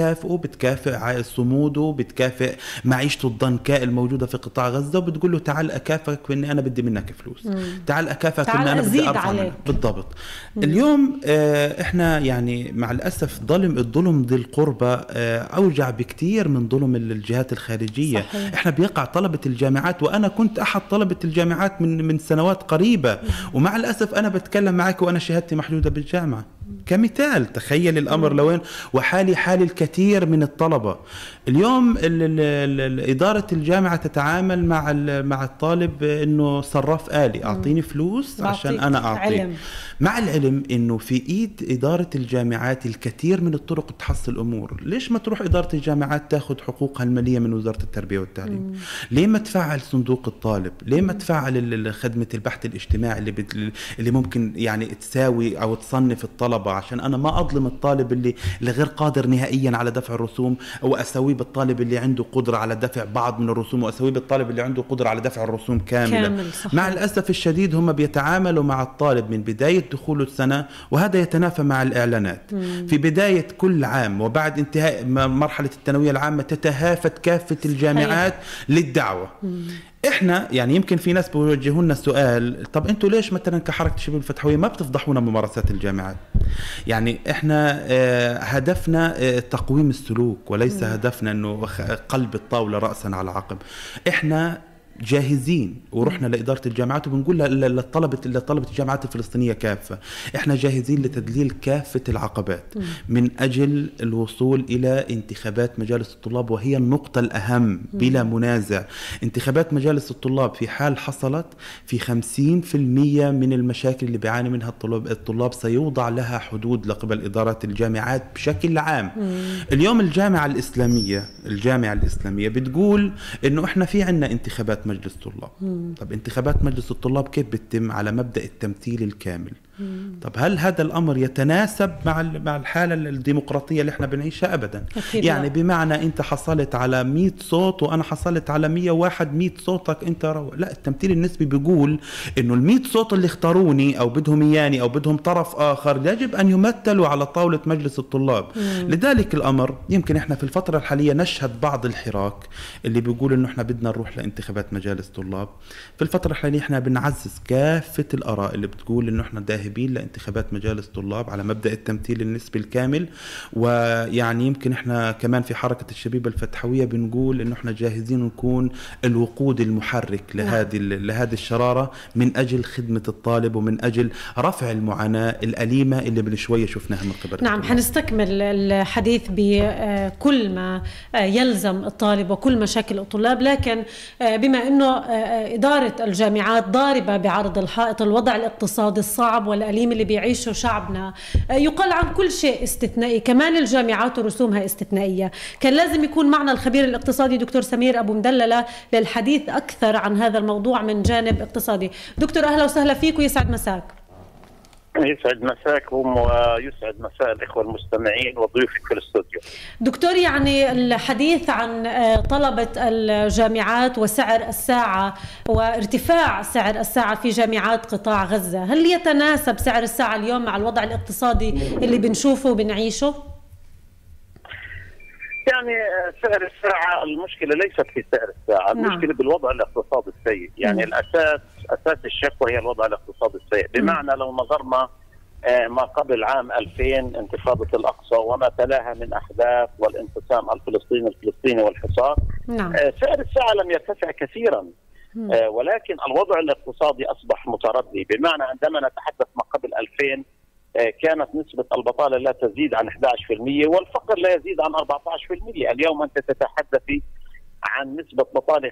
بتكافئ صموده، بتكافئ معيشته الضنكاء الموجوده في قطاع غزه، وبتقول له تعال اكافئك باني انا بدي منك فلوس، تعال اكافئك ان انا بدي ارفع منك. بالضبط. اليوم احنا يعني مع الاسف الظلم ذي القربى أوجع بكتير من ظلم الجهات الخارجية. صحيح. إحنا بيقع طلبة الجامعات، وأنا كنت أحد طلبة الجامعات من سنوات قريبة، ومع الأسف أنا بتكلم معك وأنا شهادتي محدودة بالجامعة كمثال. تخيل الأمر لوين، وحالي حال الكثير من الطلبة. اليوم إدارة الجامعة تتعامل مع الطالب إنه صراف آلي، أعطيني فلوس عشان أنا أعطيك، مع العلم إنه في إيد إدارة الجامعات الكثير من الطرق تحصل الأمور. ليش ما تروح إدارة الجامعات تاخذ حقوقها المالية من وزارة التربية والتعليم؟ ليه ما تفعل صندوق الطالب؟ ليه ما تفعل خدمة البحث الاجتماعي اللي ممكن يعني تساوي أو تصنف الطلبة، عشان أنا ما أظلم الطالب اللي غير قادر نهائيا على دفع الرسوم، أو أسويه بالطالب اللي عنده قدرة على دفع بعض من الرسوم، وأسويه بالطالب اللي عنده قدرة على دفع الرسوم كاملة. مع الأسف الشديد هم بيتعاملوا مع الطالب من بداية دخوله السنة، وهذا يتنافى مع الإعلانات. في بداية كل عام وبعد انتهاء مرحلة الثانوية العامة تتهافت كافة الجامعات للدعوة. احنا يعني يمكن في ناس بيوجهوا لنا السؤال، طب انتوا ليش مثلا كحركة الشباب الفتحوية ما بتفضحونا ممارسات الجامعات؟ يعني احنا هدفنا تقويم السلوك، وليس هدفنا انه قلب الطاولة رأسا على عقب. احنا جاهزين ورحنا لإدارة الجامعات وبنقول لطلبة الجامعات الفلسطينية كافة، احنا جاهزين لتذليل كافة العقبات من أجل الوصول إلى انتخابات مجالس الطلاب، وهي النقطة الأهم بلا منازع. انتخابات مجالس الطلاب في حال حصلت، في 50% من المشاكل اللي بيعاني منها الطلاب سيوضع لها حدود لقبل إدارة الجامعات بشكل عام. اليوم الجامعة الإسلامية بتقول إنه احنا في عنا انتخابات مجلس طلاب. طب انتخابات مجلس الطلاب كيف بتتم؟ على مبدأ التمثيل الكامل. طب هل هذا الأمر يتناسب مع الحالة الديمقراطية اللي احنا بنعيشها؟ أبدا. يعني بمعنى أنت حصلت على 100 صوت وأنا حصلت على 101، 100 صوتك أنت لا، التمثيل النسبي بيقول إنه ال100 صوت اللي اختاروني أو بدهم إياني أو بدهم طرف آخر يجب أن يمثلوا على طاولة مجلس الطلاب. لذلك الأمر يمكن احنا في الفترة الحالية نشهد بعض الحراك اللي بيقول إنه احنا بدنا نروح لانتخابات مجالس طلاب. في الفترة الحالية احنا بنعزز كافة الآراء اللي بتقول إنه احنا ذاهبين لانتخابات مجالس طلاب على مبدأ التمثيل النسبي الكامل. ويعني يمكن احنا كمان في حركة الشبيبة الفتحوية بنقول إنه احنا جاهزين نكون الوقود المحرك لهذه الشرارة من أجل خدمة الطالب ومن أجل رفع المعاناة الأليمة اللي من شوية شفناها من قبل. نعم، حنستكمل الحديث بكل ما يلزم الطالب وكل مشاكل الطلاب، لكن بما أنه إدارة الجامعات ضاربة بعرض الحائط الوضع الاقتصادي الصعب والأليم اللي بيعيشه شعبنا. يقال عن كل شيء استثنائي، كمان الجامعات ورسومها استثنائية. كان لازم يكون معنا الخبير الاقتصادي دكتور سمير أبو مدللة للحديث أكثر عن هذا الموضوع من جانب اقتصادي. دكتور أهلا وسهلا فيك ويسعد مساك. يسعد مساكم ويسعد مساء الإخوة المستمعين وضيوفك في الاستوديو. دكتور، يعني الحديث عن طلبة الجامعات وسعر الساعة وارتفاع سعر الساعة في جامعات قطاع غزة، هل يتناسب سعر الساعة اليوم مع الوضع الاقتصادي اللي بنشوفه وبنعيشه؟ يعني سعر الساعة المشكلة ليست في سعر الساعة، المشكلة بالوضع الاقتصادي السيء. يعني أساس الشكوى هي الوضع الاقتصادي السيء. بمعنى لو نظرنا ما قبل عام 2000 انتفاضة الأقصى وما تلاها من أحداث والانقسام الفلسطيني والحصار، سعر الساعة لم يرتفع كثيرا، ولكن الوضع الاقتصادي أصبح متردي. بمعنى عندما نتحدث ما قبل 2000 كانت نسبة البطالة لا تزيد عن 11% والفقر لا يزيد عن 14%. اليوم أنت تتحدث عن نسبة بطالة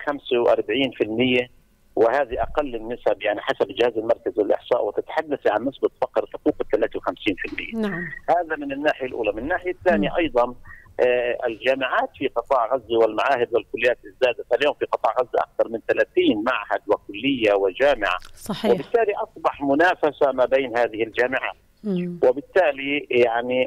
45%، وهذه أقل النسب يعني حسب الجهاز المركزي للإحصاء، وتتحدث عن نسبة فقر تفوق 53%. نعم. هذا من الناحية الأولى. من الناحية الثانية أيضا الجامعات في قطاع غزة والمعاهد والكليات ازدادت. اليوم في قطاع غزة أكثر من 30 معهد وكلية وجامعة. صحيح. وبالتالي أصبح منافسة ما بين هذه الجامعات. وبالتالي يعني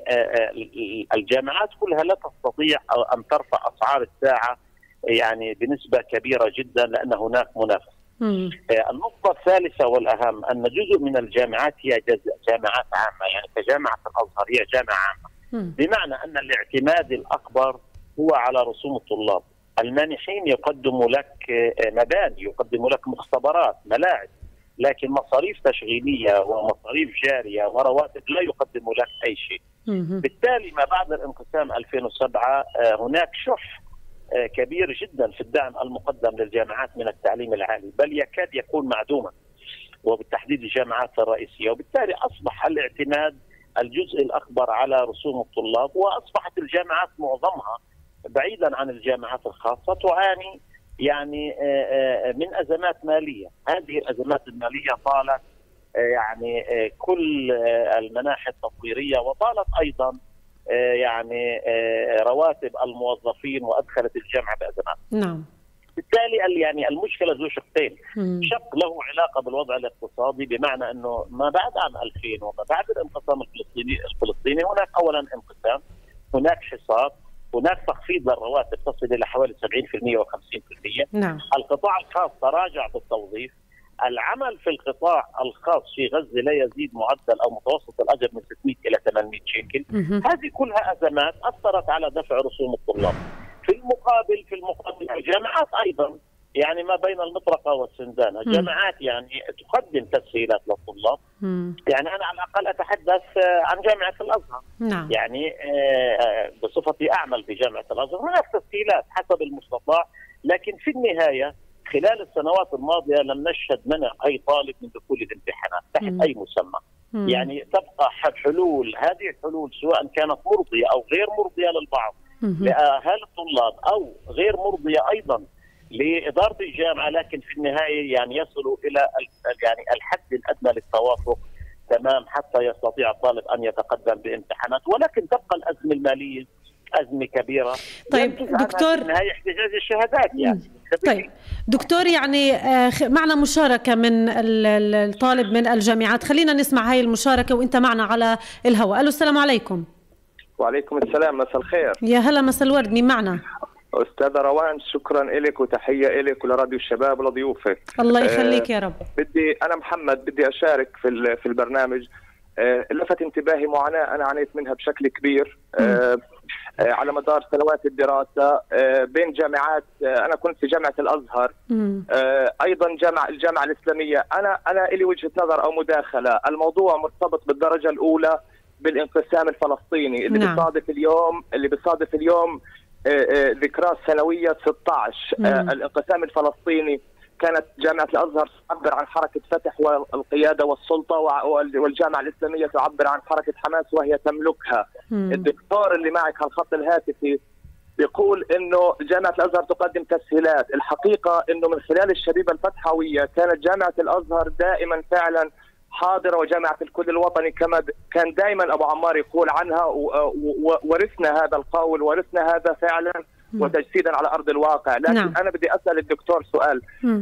الجامعات كلها لا تستطيع أن ترفع أسعار الساعة يعني بنسبة كبيرة جدا لأن هناك منافسة. النقطة الثالثة والأهم أن جزء من الجامعات هي جامعات عامة، يعني كجامعة الأزهر هي جامعة عامة. بمعنى أن الاعتماد الأكبر هو على رسوم الطلاب. المانحين يقدموا لك مباني، يقدموا لك مختبرات، ملاعب، لكن مصاريف تشغيلية ومصاريف جارية ورواتب لا يقدموا لك أي شيء. بالتالي ما بعد الانقسام 2007 هناك شح كبير جدا في الدعم المقدم للجامعات من التعليم العالي، بل يكاد يكون معدوما، وبالتحديد الجامعات الرئيسية. وبالتالي أصبح الاعتماد الجزء الأكبر على رسوم الطلاب، وأصبحت الجامعات معظمها بعيدا عن الجامعات الخاصة تعاني يعني من أزمات مالية. هذه الأزمات المالية طالت يعني كل المناحي التطويرية، وطالت أيضا يعني رواتب الموظفين، وأدخلت الجامعة بأزمات. نعم. بالتالي يعني المشكلة ذو شقين، شق له علاقة بالوضع الاقتصادي، بمعنى أنه ما بعد عام 2000 وما بعد الانقسام الفلسطيني هناك أولا انقسام، هناك حصار، هناك تخفيض للرواتب تصل إلى حوالي 70% و50%. نعم. القطاع الخاص تراجع بالتوظيف. العمل في القطاع الخاص في غزة لا يزيد معدل أو متوسط الأجر من 600 إلى 800 شيكل. هذه كلها أزمات أثرت على دفع رسوم الطلاب. في المقابل الجامعات أيضا يعني ما بين المطرقة والسندان، الجامعات يعني تقدم تسهيلات للطلاب. يعني أنا على الأقل أتحدث عن جامعة الأزهر. نعم. يعني بصفتي أعمل في جامعة الأزهر هناك تسهيلات حسب المستطاع، لكن في النهاية خلال السنوات الماضية لم نشهد منع أي طالب من دخول الامتحانات تحت أي مسمى. يعني تبقى حلول، هذه الحلول سواء كانت مرضية أو غير مرضية للبعض لأهالي الطلاب أو غير مرضية أيضا لإدارة الجامعة، لكن في النهاية يعني يصلوا إلى يعني الحد الأدنى للتوافق تمام حتى يستطيع الطالب أن يتقدم بامتحانات. ولكن تبقى الأزمة المالية أزمة كبيرة. طيب دكتور، في النهاية احتجاج الشهادات يعني. طيب دكتور، يعني معنا مشاركة من الطالب من الجامعات، خلينا نسمع هاي المشاركة وانت معنا على الهواء. ألو، السلام عليكم. وعليكم السلام، مساء الخير. يا هلا، مساء الورد، مين معنا؟ أستاذة روان، شكرا لك وتحية لك ولراديو الشباب ولضيوفك. الله يخليك يا رب. أنا محمد، بدي أشارك في البرنامج. لفت انتباهي معاناة أنا عانيت منها بشكل كبير على مدار سنوات الدراسة بين جامعات. أنا كنت في جامعة الأزهر، أيضا الجامعة الإسلامية. أنا إلي وجهة نظر أو مداخلة. الموضوع مرتبط بالدرجة الأولى بالانقسام الفلسطيني اللي بيصادف اليوم ذكرى سنوية 16. الانقسام الفلسطيني كانت جامعة الأزهر تعبر عن حركة فتح والقيادة والسلطة، والجامعة الإسلامية تعبر عن حركة حماس وهي تملكها. الدكتور اللي معك على الخط الهاتفي بيقول إنه جامعة الأزهر تقدم تسهيلات. الحقيقة إنه من خلال الشبيبة الفتحوية كانت جامعة الأزهر دائما فعلا حاضرة وجامعة الكل الوطني كما كان دائما أبو عمار يقول عنها، ورثنا هذا القول، ورثنا هذا فعلا وتجسيدا على أرض الواقع. لكن نعم. أنا بدي أسأل الدكتور سؤال،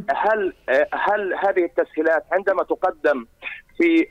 هل هذه التسهيلات عندما تقدم في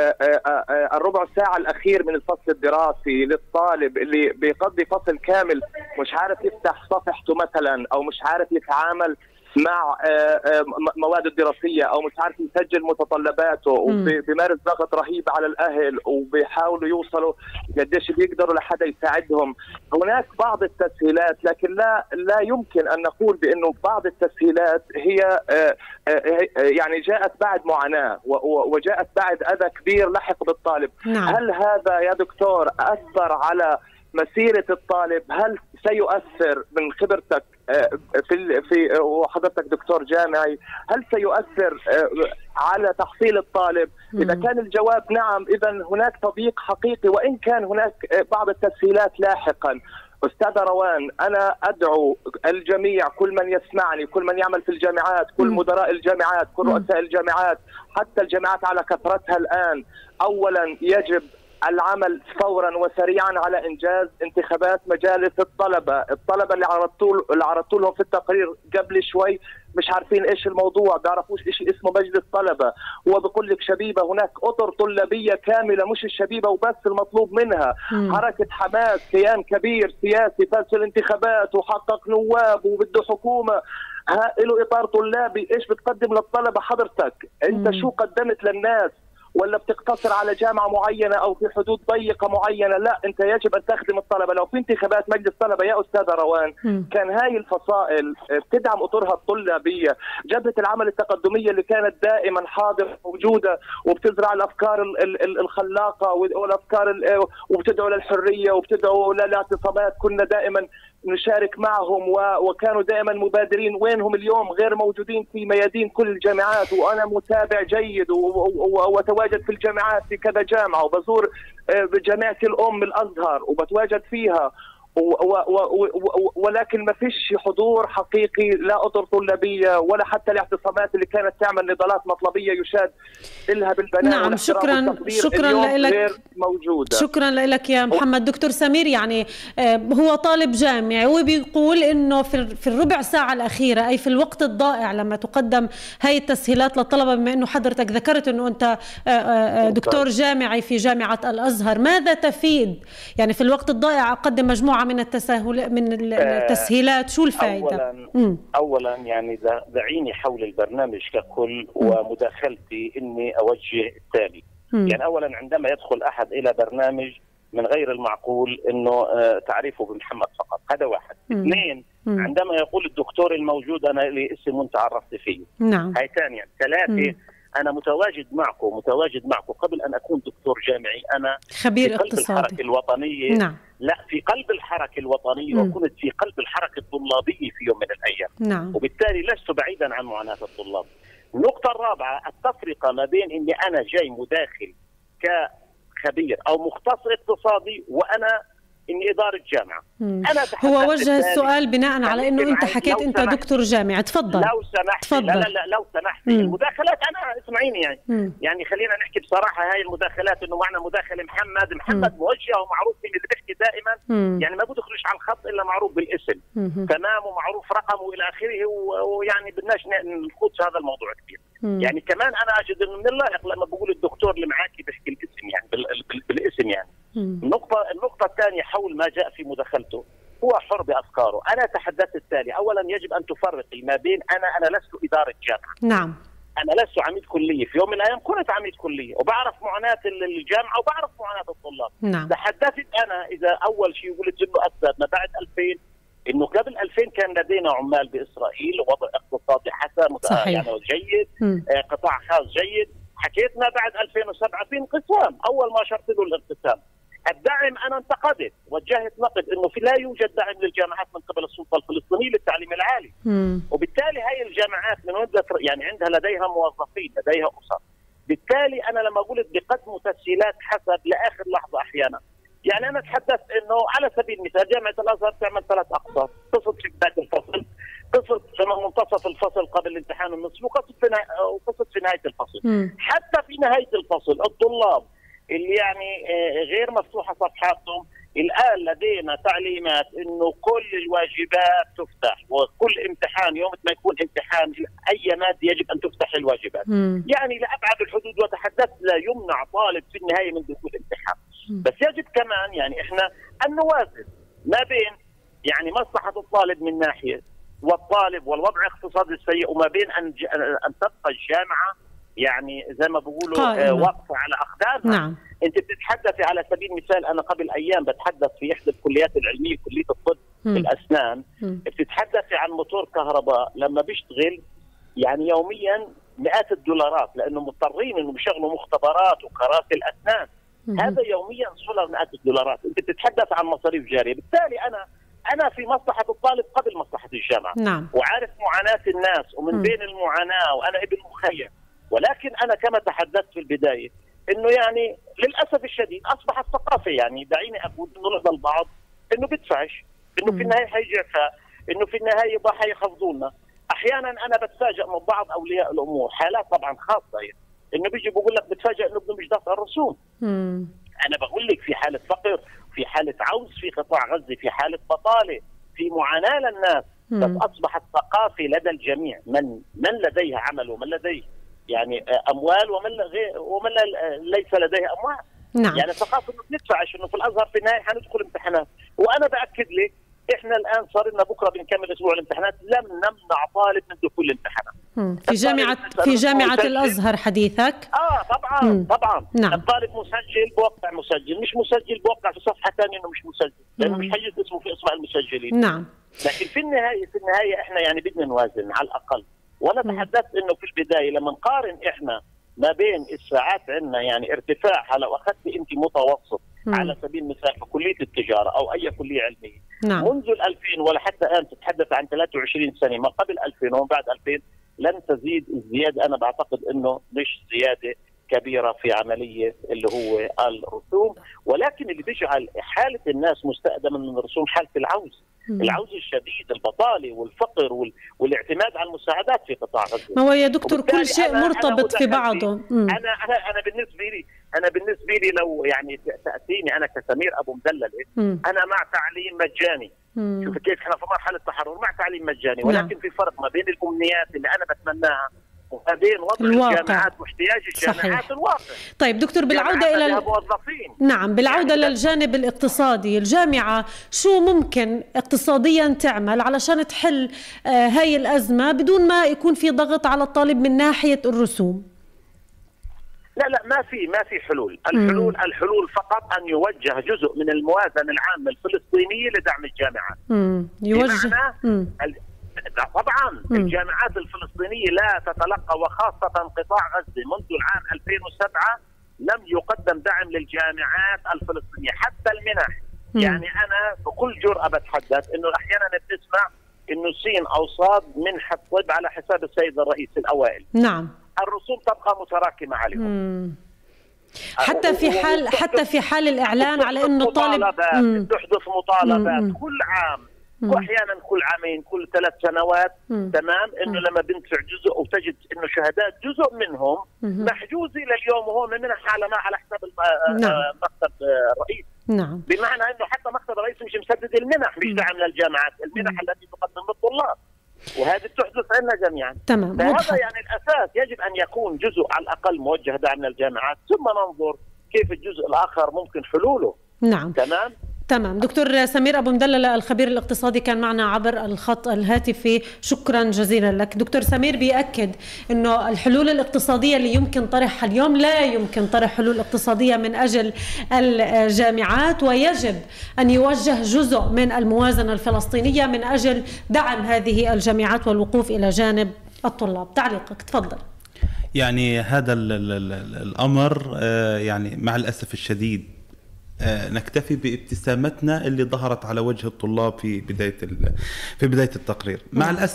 الربع ساعة الأخير من الفصل الدراسي للطالب اللي بيقضي فصل كامل مش عارف يفتح صفحته مثلا، أو مش عارف يتعامل مع مواد الدراسية، أو مش عارف يسجل متطلباته، وبيمارس ضغط رهيب على الأهل، وبيحاولوا يوصلوا قديش بيقدروا لحدا يساعدهم. هناك بعض التسهيلات، لكن لا يمكن أن نقول بأنه بعض التسهيلات هي يعني جاءت بعد معاناة وجاءت بعد أذى كبير لحق بالطالب. نعم. هل هذا يا دكتور أثر على مسيرة الطالب؟ هل سيؤثر من خبرتك في وحضرتك دكتور جامعي، هل سيؤثر على تحصيل الطالب؟ إذا كان الجواب نعم، إذا هناك تضييق حقيقي، وإن كان هناك بعض التسهيلات لاحقا. أستاذ روان، أنا أدعو الجميع، كل من يسمعني، كل من يعمل في الجامعات، كل مدراء الجامعات، كل رؤساء الجامعات، حتى الجامعات على كثرتها الآن، أولا يجب العمل فورا وسريعا على انجاز انتخابات مجالس الطلبه اللي عرضت لهم في التقرير قبل شوي مش عارفين ايش الموضوع، بيعرفوش شيء اسمه مجلس طلبه. هو بقول لك شبيبه، هناك اطر طلابيه كامله، مش الشبيبه وبس المطلوب منها. حركه حماس كيان كبير سياسي فاز في الانتخابات وحقق نواب وبده حكومه، له اطار طلابي. ايش بتقدم للطلبه حضرتك؟ انت شو قدمت للناس؟ ولا بتقتصر على جامعة معينة أو في حدود ضيقة معينة؟ لا، أنت يجب أن تخدم الطلبة. لو في انتخابات مجلس طلبة يا أستاذ روان كان هاي الفصائل بتدعم أطرها الطلابية، جبهة العمل التقدمية اللي كانت دائما حاضرة موجودة وبتزرع الأفكار الخلاقة والأفكار وبتدعو للحرية وبتدعو للاعتصامات، كنا دائما نشارك معهم وكانوا دائما مبادرين. وينهم اليوم؟ غير موجودين في ميادين كل الجامعات. وأنا متابع جيد وأتواجد في الجامعات في كذا جامعة، وبزور جامعتي الأم الأزهر وبتواجد فيها، ولكن ما فيش حضور حقيقي، لا أطر طلابية ولا حتى الاعتصامات اللي كانت تعمل نضالات مطلبية يشاد لها بالبنان. نعم، شكرا لك، غير موجودة. شكرا لك يا محمد. دكتور سمير، يعني هو طالب جامعي وبيقول انه في الربع ساعة الأخيرة، أي في الوقت الضائع لما تقدم هاي التسهيلات للطلبة، بما انه حضرتك ذكرت انه انت دكتور جامعي في جامعة الأزهر، ماذا تفيد يعني في الوقت الضائع أقدم مجموعة من التسهيلات؟ شو الفائدة؟ أولا يعني دعيني حول البرنامج ككل ومداخلتي إني أوجه التالي. يعني أولا، عندما يدخل أحد إلى برنامج من غير المعقول إنه تعريفه بمحمد فقط، هذا واحد. اثنين، عندما يقول الدكتور الموجود أنا لي اسم وأنت عرفت فيه، نعم. هاي ثانيا. ثلاثة، أنا متواجد معكم قبل أن أكون دكتور جامعي، أنا خبير في قلب اقتصادي. الحركة الوطنية. نعم. لا، في قلب الحركة الوطنية، وكنت في قلب الحركة الطلابية في يوم من الأيام. نعم. وبالتالي لست بعيدا عن معاناة الطلاب. النقطة الرابعة، التفرقة ما بين إني أنا جاي مداخل كخبير أو مختص اقتصادي، وأنا إني إدارة جامعة. أنا هو وجه السؤال بناء على إنه أنت حكيت أنت دكتور جامعة. تفضل. لو سمحت. لا لو سمحت. المداخلات أنا اسمعيني يعني خلينا نحكي بصراحة. هاي المداخلات إنه معنا مداخلة محمد موجه ومعروف من اللي بيحكي دائما، يعني ما بدخلش على الخط إلا معروف بالاسم تمام ومعروف رقمه وإلى آخره، ويعني بدناش نخوض هذا الموضوع كثير. يعني كمان أنا أجد إنه من اللائق لما بقول الدكتور اللي معاكي بحكي الاسم، يعني بالاسم يعني. النقطة الثانية حول ما جاء في مداخلته، هو حر بأفكاره. أنا تحدثت التالي. أولا، يجب أن تفرقي ما بين أنا لست إدارة جامعة. نعم. أنا لست عميد كلية. في يوم من الأيام كنت عميد كلية وبعرف معاناة الجامعة وبعرف معاناة الطلاب. نعم. تحدثت أنا، إذا أول شيء قلت إنه أسباب ما بعد 2000، إنه قبل 2000 كان لدينا عمال بإسرائيل، ووضع اقتصادي حسن يعني جيد، قطاع خاص جيد. حكيت ما بعد 2007 في انقسام. أول ما شرت له الانقسام، الدعم أنا انتقدت، وجهت نقد إنه لا يوجد دعم للجامعات من قبل السلطة الفلسطينية للتعليم العالي. وبالتالي هاي الجامعات من وين يعني عندها لديها موظفين، لديها أسر. بالتالي أنا لما قلت بقدموا تسهيلات حسب لآخر لحظة أحيانا، يعني أنا تحدثت إنه على سبيل المثال جامعة الأزهر تعمل 3 أقساط، تصل في بداية الفصل قصه في منتصف الفصل قبل الامتحان النصف، وقصه في نهايه الفصل. حتى في نهايه الفصل الطلاب اللي يعني غير مفتوحه صفحاتهم، الان لدينا تعليمات انه كل الواجبات تفتح، وكل امتحان يوم ما يكون امتحان اي ماده يجب ان تفتح الواجبات. يعني لابعد الحدود، وتحدثت لا يمنع طالب في النهايه من دخول الامتحان. بس يجب كمان يعني احنا ان نوازن ما بين يعني مصلحه الطالب من ناحيه والطالب والوضع الاقتصادي السيء، وما بين ان تبقى الجامعه يعني زي ما بيقولوا واقفه على اقدامها. نعم. انت بتتحدثي على سبيل المثال، انا قبل ايام بتحدث في احدى الكليات العلميه كليه الطب الاسنان، بتتحدثي عن موتور كهرباء لما بيشتغل يعني يوميا مئات الدولارات، لانه مضطرين انه بيشغلوا مختبرات وكراسي الاسنان. هذا يوميا صلى مئات الدولارات، انت بتتحدث عن مصاريف جاريه. بالتالي انا في مصلحه الطالب قبل مصلحه الجامعه. نعم. وعارف معاناه الناس، ومن بين المعاناه وانا ابن مخيم، ولكن انا كما تحدثت في البدايه انه يعني للاسف الشديد اصبحت ثقافه، يعني دعيني اقول انه لدى البعض انه بدفعش، انه في النهايه حيجي عفاء، انه في النهايه حيخفضوا لنا. احيانا انا بتفاجئ من بعض اولياء الامور، حالات طبعا خاصه يعني، انه بيجي بقول لك بتفاجئ انه ابنه مش دافع الرسوم. انا بقول لك في حاله فقر، في حاله عوز في قطاع غزه، في حاله بطاله، في معاناه للناس، بس اصبحت ثقافه لدى الجميع، من لديه عمل ومن لديه يعني اموال ومن ليس لديه اموال. نعم. يعني ثقافه انه بندفعش، انه في الازهر في النهايه حندخل امتحانات، وانا باكد لك احنا الان صار لنا بكره بنكمل اسبوع الامتحانات، لم نمنع طالب من دخول الامتحانات. في جامعه الازهر حديثك؟ طبعا. نعم. الطالب مسجل بوقع مسجل، مش مسجل بوقع في صفحه ثانيه انه مش مسجل، لانه مش حيجي اسمه في اسماء المسجلين. نعم. لكن في النهايه احنا يعني بدنا نوازن على الاقل. وانا تحدثت انه في البدايه لما نقارن احنا ما بين الساعات عندنا يعني ارتفاع، لو اخذت انت متوسط على سبيل المثال في كليه التجاره او اي كليه علميه، منذ 2000 ولا حتى الان تتحدث عن 23 سنه، ما قبل 2000 ومن بعد 2000 لن تزيد الزياده. انا بعتقد انه مش زياده كبيره في عمليه اللي هو الرسوم، ولكن اللي بيجعل حاله الناس مستأدمه من الرسوم حاله العوز. العوز الشديد، البطاله والفقر والاعتماد على المساعدات في قطاع غزه. ما هو يا دكتور كل شيء مرتبط في بعضه. انا بالنسبه لي لو يعني تاتيني انا كسمير ابو مدلله، انا مع تعليم مجاني. شوف كيف احنا في مرحله تحرر، مع تعليم مجاني، ولكن في فرق ما بين الامنيات اللي انا بتمناها وما بين وضع الجامعات واحتياج الجامعات الواقع. طيب دكتور، بالعودة إلى بالعودة للجانب الاقتصادي، الجامعة شو ممكن اقتصاديا تعمل علشان تحل هاي الأزمة بدون ما يكون في ضغط على الطالب من ناحية الرسوم؟ لا ما في حلول. الحلول فقط أن يوجه جزء من الموازنة العامة الفلسطينية لدعم الجامعات. طبعا الجامعات الفلسطينية لا تتلقى، وخاصة قطاع غزة منذ العام 2007 لم يقدم دعم للجامعات الفلسطينية حتى المنح. يعني أنا بكل جرأة بتحدث إنه أحيانا بتسمع إنه سين أو صاد منحة طب على حساب السيد الرئيس الأوائل. نعم. الرسوم تبقى متراكمة عليهم. حتى في حال الإعلان على إنه طالب تحدث مطالبات كل عام، واحيانا كل عامين، كل 3 سنوات. تمام. انه لما بندفع جزء وتجد انه شهادات جزء منهم محجوزه لليوم وهو منح على حساب مكتب الرئيس. نعم. بمعنى انه حتى مكتب الرئيس مش مسدد المنح، مش دعم للجامعات، المنح التي تقدم للطلاب، وهذه بتحدث عندنا جميعا. تمام. فهذا يعني الاساس، يجب ان يكون جزء على الاقل موجه دعم للجامعات، ثم ننظر كيف الجزء الاخر ممكن حلوله. نعم. تمام. دكتور سمير أبو مدللة الخبير الاقتصادي كان معنا عبر الخط الهاتفي، شكرا جزيلا لك. دكتور سمير بيأكد أنه الحلول الاقتصادية اللي يمكن طرحها اليوم لا يمكن طرح حلول اقتصادية من أجل الجامعات، ويجب أن يوجه جزء من الموازنة الفلسطينية من أجل دعم هذه الجامعات والوقوف إلى جانب الطلاب. تعليقك تفضل. يعني هذا الأمر يعني مع الأسف الشديد نكتفي بابتسامتنا اللي ظهرت على وجه الطلاب في بداية التقرير. مع الأسف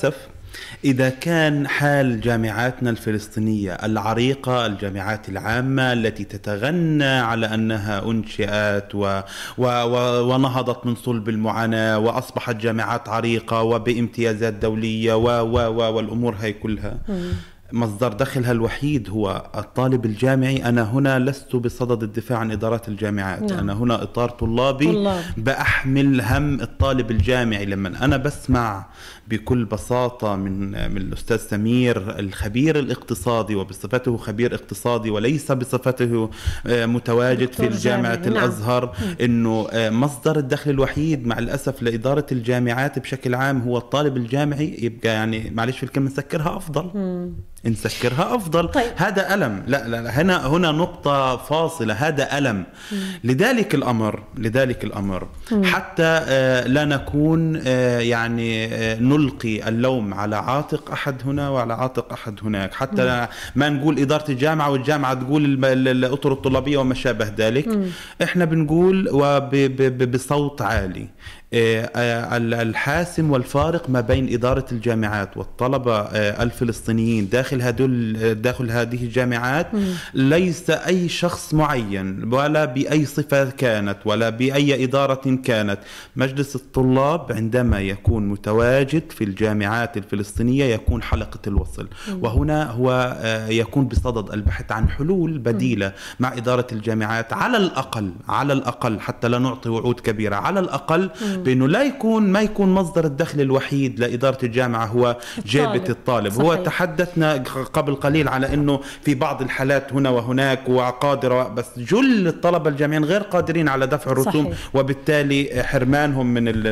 إذا كان حال جامعاتنا الفلسطينية العريقة، الجامعات العامة التي تتغنى على أنها أنشئت ونهضت من صلب المعاناة وأصبحت جامعات عريقة وبامتيازات دولية والأمور هاي كلها، مصدر دخلها الوحيد هو الطالب الجامعي. أنا هنا لست بصدد الدفاع عن إدارات الجامعات. نعم. أنا هنا إطار طلابي بأحمل هم الطالب الجامعي. لما أنا بسمع بكل بساطة من الأستاذ سمير الخبير الاقتصادي، وبصفته خبير اقتصادي وليس بصفته متواجد في جامعة الأزهر، إنه مصدر الدخل الوحيد مع الأسف لإدارة الجامعات بشكل عام هو الطالب الجامعي، يبقى يعني معلش في الكلمة نسكرها أفضل. نسكرها أفضل. طيب. هذا ألم. لا هنا نقطة فاصلة. هذا ألم. لذلك الأمر حتى لا نكون يعني نلقي اللوم على عاتق أحد هنا وعلى عاتق أحد هناك، حتى ما نقول إدارة الجامعة والجامعة تقول الأطر الطلابية وما شابه ذلك. إحنا بنقول بصوت عالي الحاسم والفارق ما بين إدارة الجامعات والطلبة الفلسطينيين داخل هذه الجامعات ليس أي شخص معين ولا بأي صفة كانت ولا بأي إدارة كانت. مجلس الطلاب عندما يكون متواجد في الجامعات الفلسطينية يكون حلقة الوصل، وهنا هو يكون بصدد البحث عن حلول بديلة مع إدارة الجامعات، على الأقل حتى لا نعطي وعود كبيرة، على الأقل بأنه ما يكون مصدر الدخل الوحيد لإدارة الجامعة هو جيبة الطالب. صحيح. هو تحدثنا قبل قليل على أنه في بعض الحالات هنا وهناك وقادرة، بس جل الطلبة الجامعيين غير قادرين على دفع الرسوم. صحيح. وبالتالي حرمانهم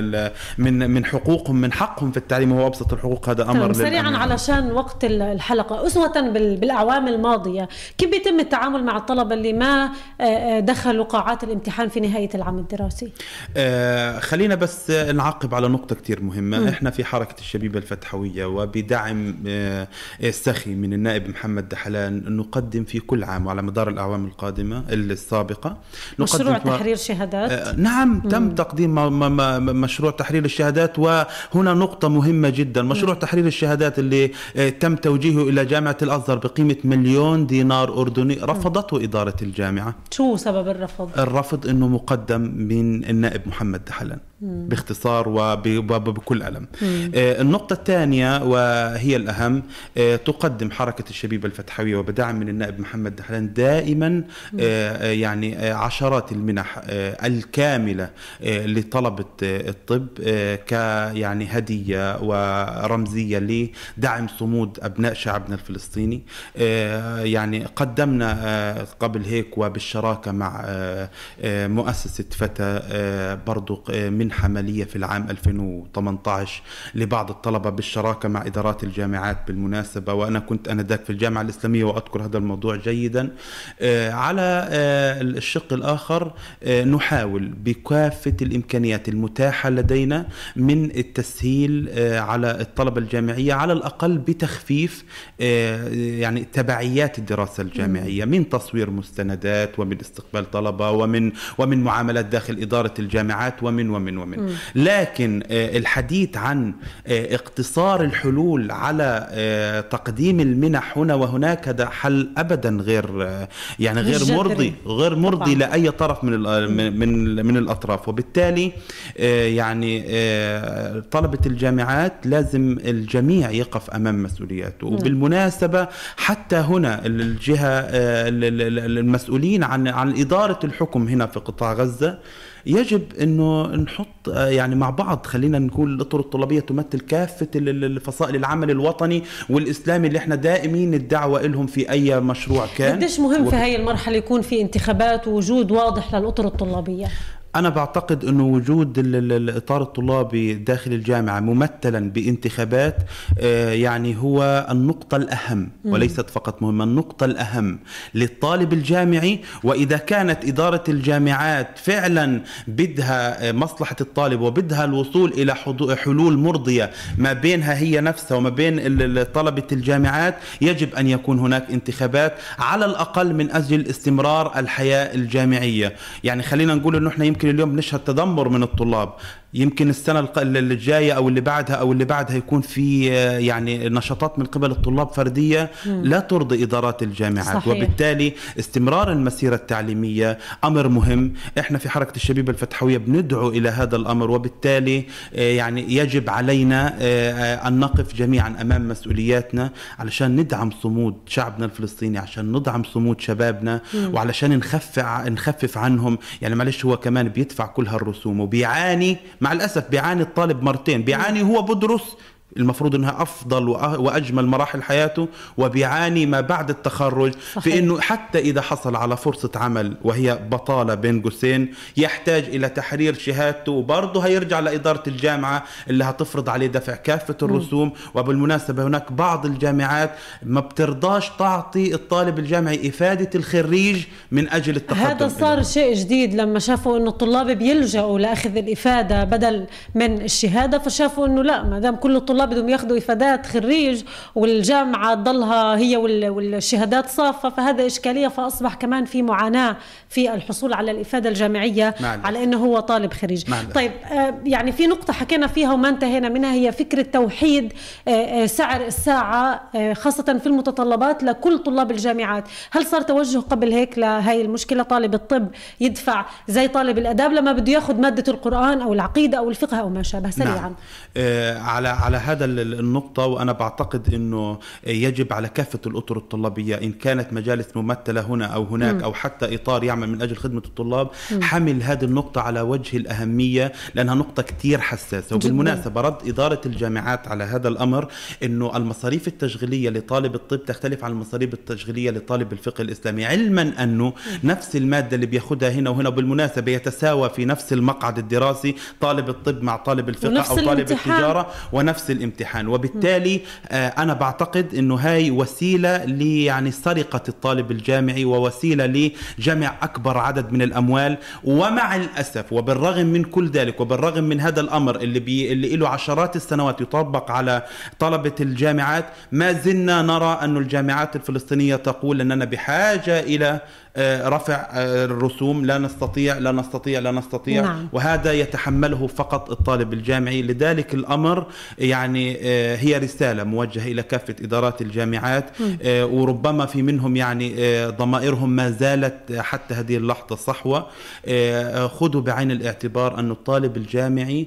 من حقوقهم، من حقهم في التعليم هو أبسط الحقوق. هذا أمر سريعا علشان وقت الحلقة. أسوة بالأعوام الماضية كيف بيتم التعامل مع الطلبة اللي ما دخلوا قاعات الامتحان في نهاية العام الدراسي؟ خلينا بس نعقب على نقطة كتير مهمة. احنا في حركة الشبيبة الفتحوية وبدعم سخي من النائب محمد دحلان نقدم في كل عام وعلى مدار الأعوام القادمة السابقة مشروع تحرير شهادات. نعم. تم تقديم مشروع تحرير الشهادات. وهنا نقطة مهمة جدا. مشروع تحرير الشهادات اللي تم توجيهه إلى جامعة الأزهر بقيمة 1,000,000 دينار أردني رفضته إدارة الجامعة. شو سبب الرفض؟ الرفض إنه مقدم من النائب محمد دحلان باختصار وبكل ألم. النقطة الثانية وهي الأهم، تقدم حركة الشبيبة الفتحوية وبدعم من النائب محمد دحلان دائما يعني عشرات المنح الكاملة لطلبة الطب يعني هدية ورمزية لدعم صمود أبناء شعبنا الفلسطيني. يعني قدمنا قبل هيك وبالشراكة مع مؤسسة فتى برضو منحة مالية في العام 2018 لبعض الطلبة بالشراكة مع إدارات الجامعات بالمناسبة، وأنا كنت أنذاك في الجامعة الإسلامية وأذكر هذا الموضوع جيدا. على الشق الآخر نحاول بكافة الإمكانيات المتاحة لدينا من التسهيل على الطلبة الجامعية، على الأقل بتخفيف يعني تبعيات الدراسة الجامعية من تصوير مستندات ومن استقبال طلبة ومن معاملات داخل إدارة الجامعات ومن لكن الحديث عن اقتصار الحلول على تقديم المنح هنا وهناك هذا حل أبدا غير مرضي لأي طرف من الأطراف. وبالتالي يعني طلبة الجامعات لازم الجميع يقف أمام مسؤولياته. وبالمناسبة حتى هنا الجهة المسؤولين عن إدارة الحكم هنا في قطاع غزة يجب أنه نحط يعني مع بعض، خلينا نقول الأطر الطلابية تمثل كافة الفصائل العمل الوطني والإسلامي اللي احنا دائمين الدعوة لهم في أي مشروع كان. قديش مهم في هاي المرحلة يكون في انتخابات ووجود واضح للأطر الطلابية؟ أنا بعتقد أنه وجود الإطار الطلابي داخل الجامعة ممثلا بانتخابات يعني هو النقطة الأهم وليست فقط مهمة، النقطة الأهم للطالب الجامعي. وإذا كانت إدارة الجامعات فعلا بدها مصلحة الطالب وبدها الوصول إلى حلول مرضية ما بينها هي نفسها وما بين طلبة الجامعات، يجب أن يكون هناك انتخابات على الأقل من أجل استمرار الحياة الجامعية. يعني خلينا نقول أنه إحنا يمكن اليوم بنشهد تذمر من الطلاب، يمكن السنة الجاية أو اللي بعدها يكون في يعني نشاطات من قبل الطلاب فردية لا ترضي إدارات الجامعات. صحيح. وبالتالي استمرار المسيرة التعليمية أمر مهم. إحنا في حركة الشبيبة الفتحوية بندعو إلى هذا الأمر، وبالتالي يعني يجب علينا أن نقف جميعا أمام مسؤولياتنا علشان ندعم صمود شعبنا الفلسطيني، عشان ندعم صمود شبابنا، وعلشان نخفف عنهم. يعني معلش هو كمان بيدفع كل هالرسوم وبيعاني، مع الأسف بيعاني الطالب مرتين، بيعاني هو بدرس المفروض انها افضل واجمل مراحل حياته، وبيعاني ما بعد التخرج. صحيح. في انه حتى اذا حصل على فرصة عمل وهي بطالة بين قوسين يحتاج الى تحرير شهادته، وبرضه هيرجع لإدارة الجامعة اللي هتفرض عليه دفع كافة الرسوم. وبالمناسبة هناك بعض الجامعات ما بترضاش تعطي الطالب الجامعي إفادة الخريج من اجل التقدم. هذا صار شيء جديد لما شافوا انه الطلاب بيلجأوا لاخذ الإفادة بدل من الشهادة، فشافوا انه لا، ما دام كل الطلاب بدهم ياخذوا إفادات خريج والجامعة تضلها هي والشهادات صافة، فهذا إشكالية. فأصبح كمان في معاناة في الحصول على الإفادة الجامعية على أنه هو طالب خريج. طيب يعني في نقطة حكينا فيها وما انتهينا منها، هي فكرة توحيد سعر الساعة خاصة في المتطلبات لكل طلاب الجامعات. هل صار توجه قبل هيك لهي المشكلة؟ طالب الطب يدفع زي طالب الآداب لما بده ياخذ مادة القرآن أو العقيدة أو الفقه أو ما شابه. سريعا. على هذا النقطة، وأنا بعتقد أنه يجب على كافة الأطر الطلابية إن كانت مجالس ممثلة هنا أو هناك أو حتى إطار يعمل من أجل خدمة الطلاب حمل هذه النقطة على وجه الأهمية، لأنها نقطة كتير حساسة. وبالمناسبة رد إدارة الجامعات على هذا الأمر أنه المصاريف التشغيلية لطالب الطب تختلف عن المصاريف التشغيلية لطالب الفقه الإسلامي، علما أنه نفس المادة اللي بياخدها هنا وهنا، وبالمناسبة يتساوى في نفس المقعد الدراسي طالب الطب مع طالب الفقه أو طالب التجارة ونفس الامتحان. وبالتالي أنا بعتقد أنه هاي وسيلة يعني سرقة الطالب الجامعي ووسيلة لجمع أكبر عدد من الأموال. ومع الأسف وبالرغم من كل ذلك وبالرغم من هذا الأمر اللي له عشرات السنوات يطبق على طلبة الجامعات، ما زلنا نرى أن الجامعات الفلسطينية تقول أننا بحاجة إلى رفع الرسوم، لا نستطيع. نعم. وهذا يتحمله فقط الطالب الجامعي. لذلك الأمر يعني هي رسالة موجهة إلى كافة إدارات الجامعات، وربما في منهم يعني ضمائرهم ما زالت حتى هذه اللحظة صحوة. خذوا بعين الاعتبار أن الطالب الجامعي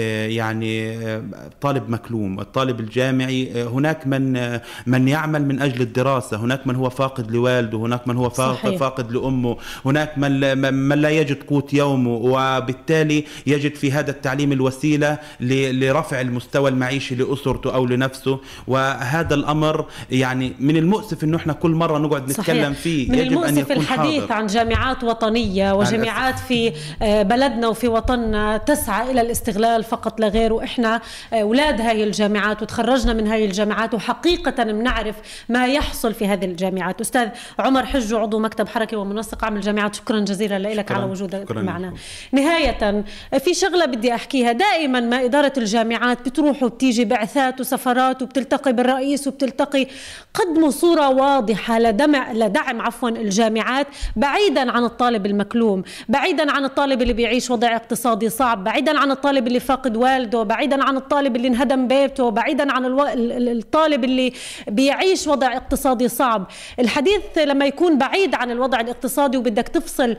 يعني طالب مكلوم. الطالب الجامعي هناك من يعمل من أجل الدراسة، هناك من هو فاقد لوالده، هناك من هو فاقد لأمه، هناك من لا يجد قوت يومه، وبالتالي يجد في هذا التعليم الوسيلة لرفع المستوى المعيشي لأسرته أو لنفسه. وهذا الأمر يعني من المؤسف أنه إحنا كل مرة نقعد نتكلم فيه. من المؤسف الحديث حاضر عن جامعات وطنية وجامعات في بلدنا وفي وطننا تسعى إلى الاستغلال فقط لا غير، وإحنا أولاد هاي الجامعات وتخرجنا من هاي الجامعات وحقيقة بنعرف ما يحصل في هذه الجامعات. أستاذ عمر حجو، عضو مكتب حركي ومنسق عام الجامعات، شكرا جزيلا لك على وجودك معنا. نهاية في شغلة بدي أحكيها، دائما ما إدارة الجامعات بتروح وبتيجي بعثات وسفرات وبتلتقي بالرئيس وبتلتقي، قدموا صورة واضحة لدعم الجامعات بعيدا عن الطالب المكلوم، بعيدا عن الطالب اللي بيعيش وضع اقتصادي صعب، بعيدا عن الطالب اللي فاقد والده، بعيدا عن الطالب اللي انهدم بيته، بعيدا عن الطالب اللي بيعيش وضع اقتصادي صعب. الحديث لما يكون بعيد عن الوضع الاقتصادي وبدك تفصل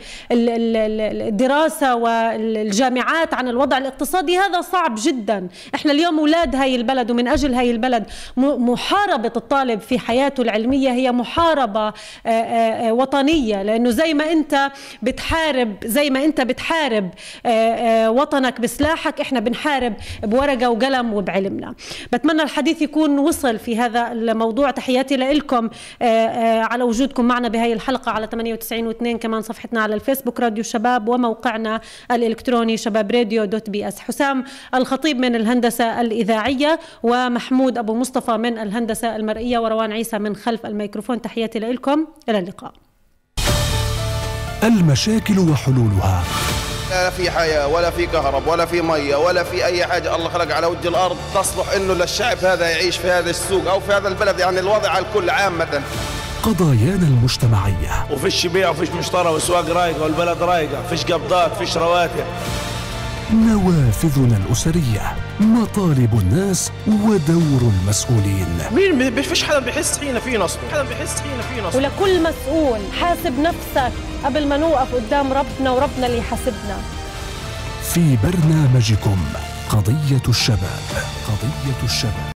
الدراسة والجامعات عن الوضع الاقتصادي، هذا صعب جدا. احنا اليوم أولاد هاي البلد، ومن أجل هاي البلد محاربة الطالب في حياته العلمية هي محاربة وطنية، لأنه زي ما أنت بتحارب وطنك بسلاحك، احنا بنحارب بورقة وقلم وبعلمنا. بتمنى الحديث يكون وصل في هذا الموضوع. تحياتي لكم على وجودكم معنا بهاي الحلقة على 98.2، كمان صفحتنا على الفيسبوك راديو شباب، وموقعنا الإلكتروني shababradio.bs. حسام الخطيب من الهندسة الإذاعية، ومحمود أبو مصطفى من الهندسة المرئية، وروان عيسى من خلف الميكروفون. تحياتي لكم، إلى اللقاء. المشاكل وحلولها. لا في حياة ولا في كهرب ولا في مية ولا في أي حاجة الله خلق على وجه الأرض تصلح إنه للشعب هذا يعيش في هذا السوق أو في هذا البلد، يعني الوضع على الكل عامة. قضايانا المجتمعية، وفيش بيع وفيش مشترى، والسواق رايقة والبلد رايقة، فيش قبضات فيش رواتب. نوافذنا الأسرية، مطالب الناس ودور المسؤولين. مين فيش حدا بيحس حين في نصب، ولكل مسؤول حاسب نفسك قبل ما نوقف قدام ربنا وربنا اللي يحاسبنا. في برنامجكم قضية الشباب.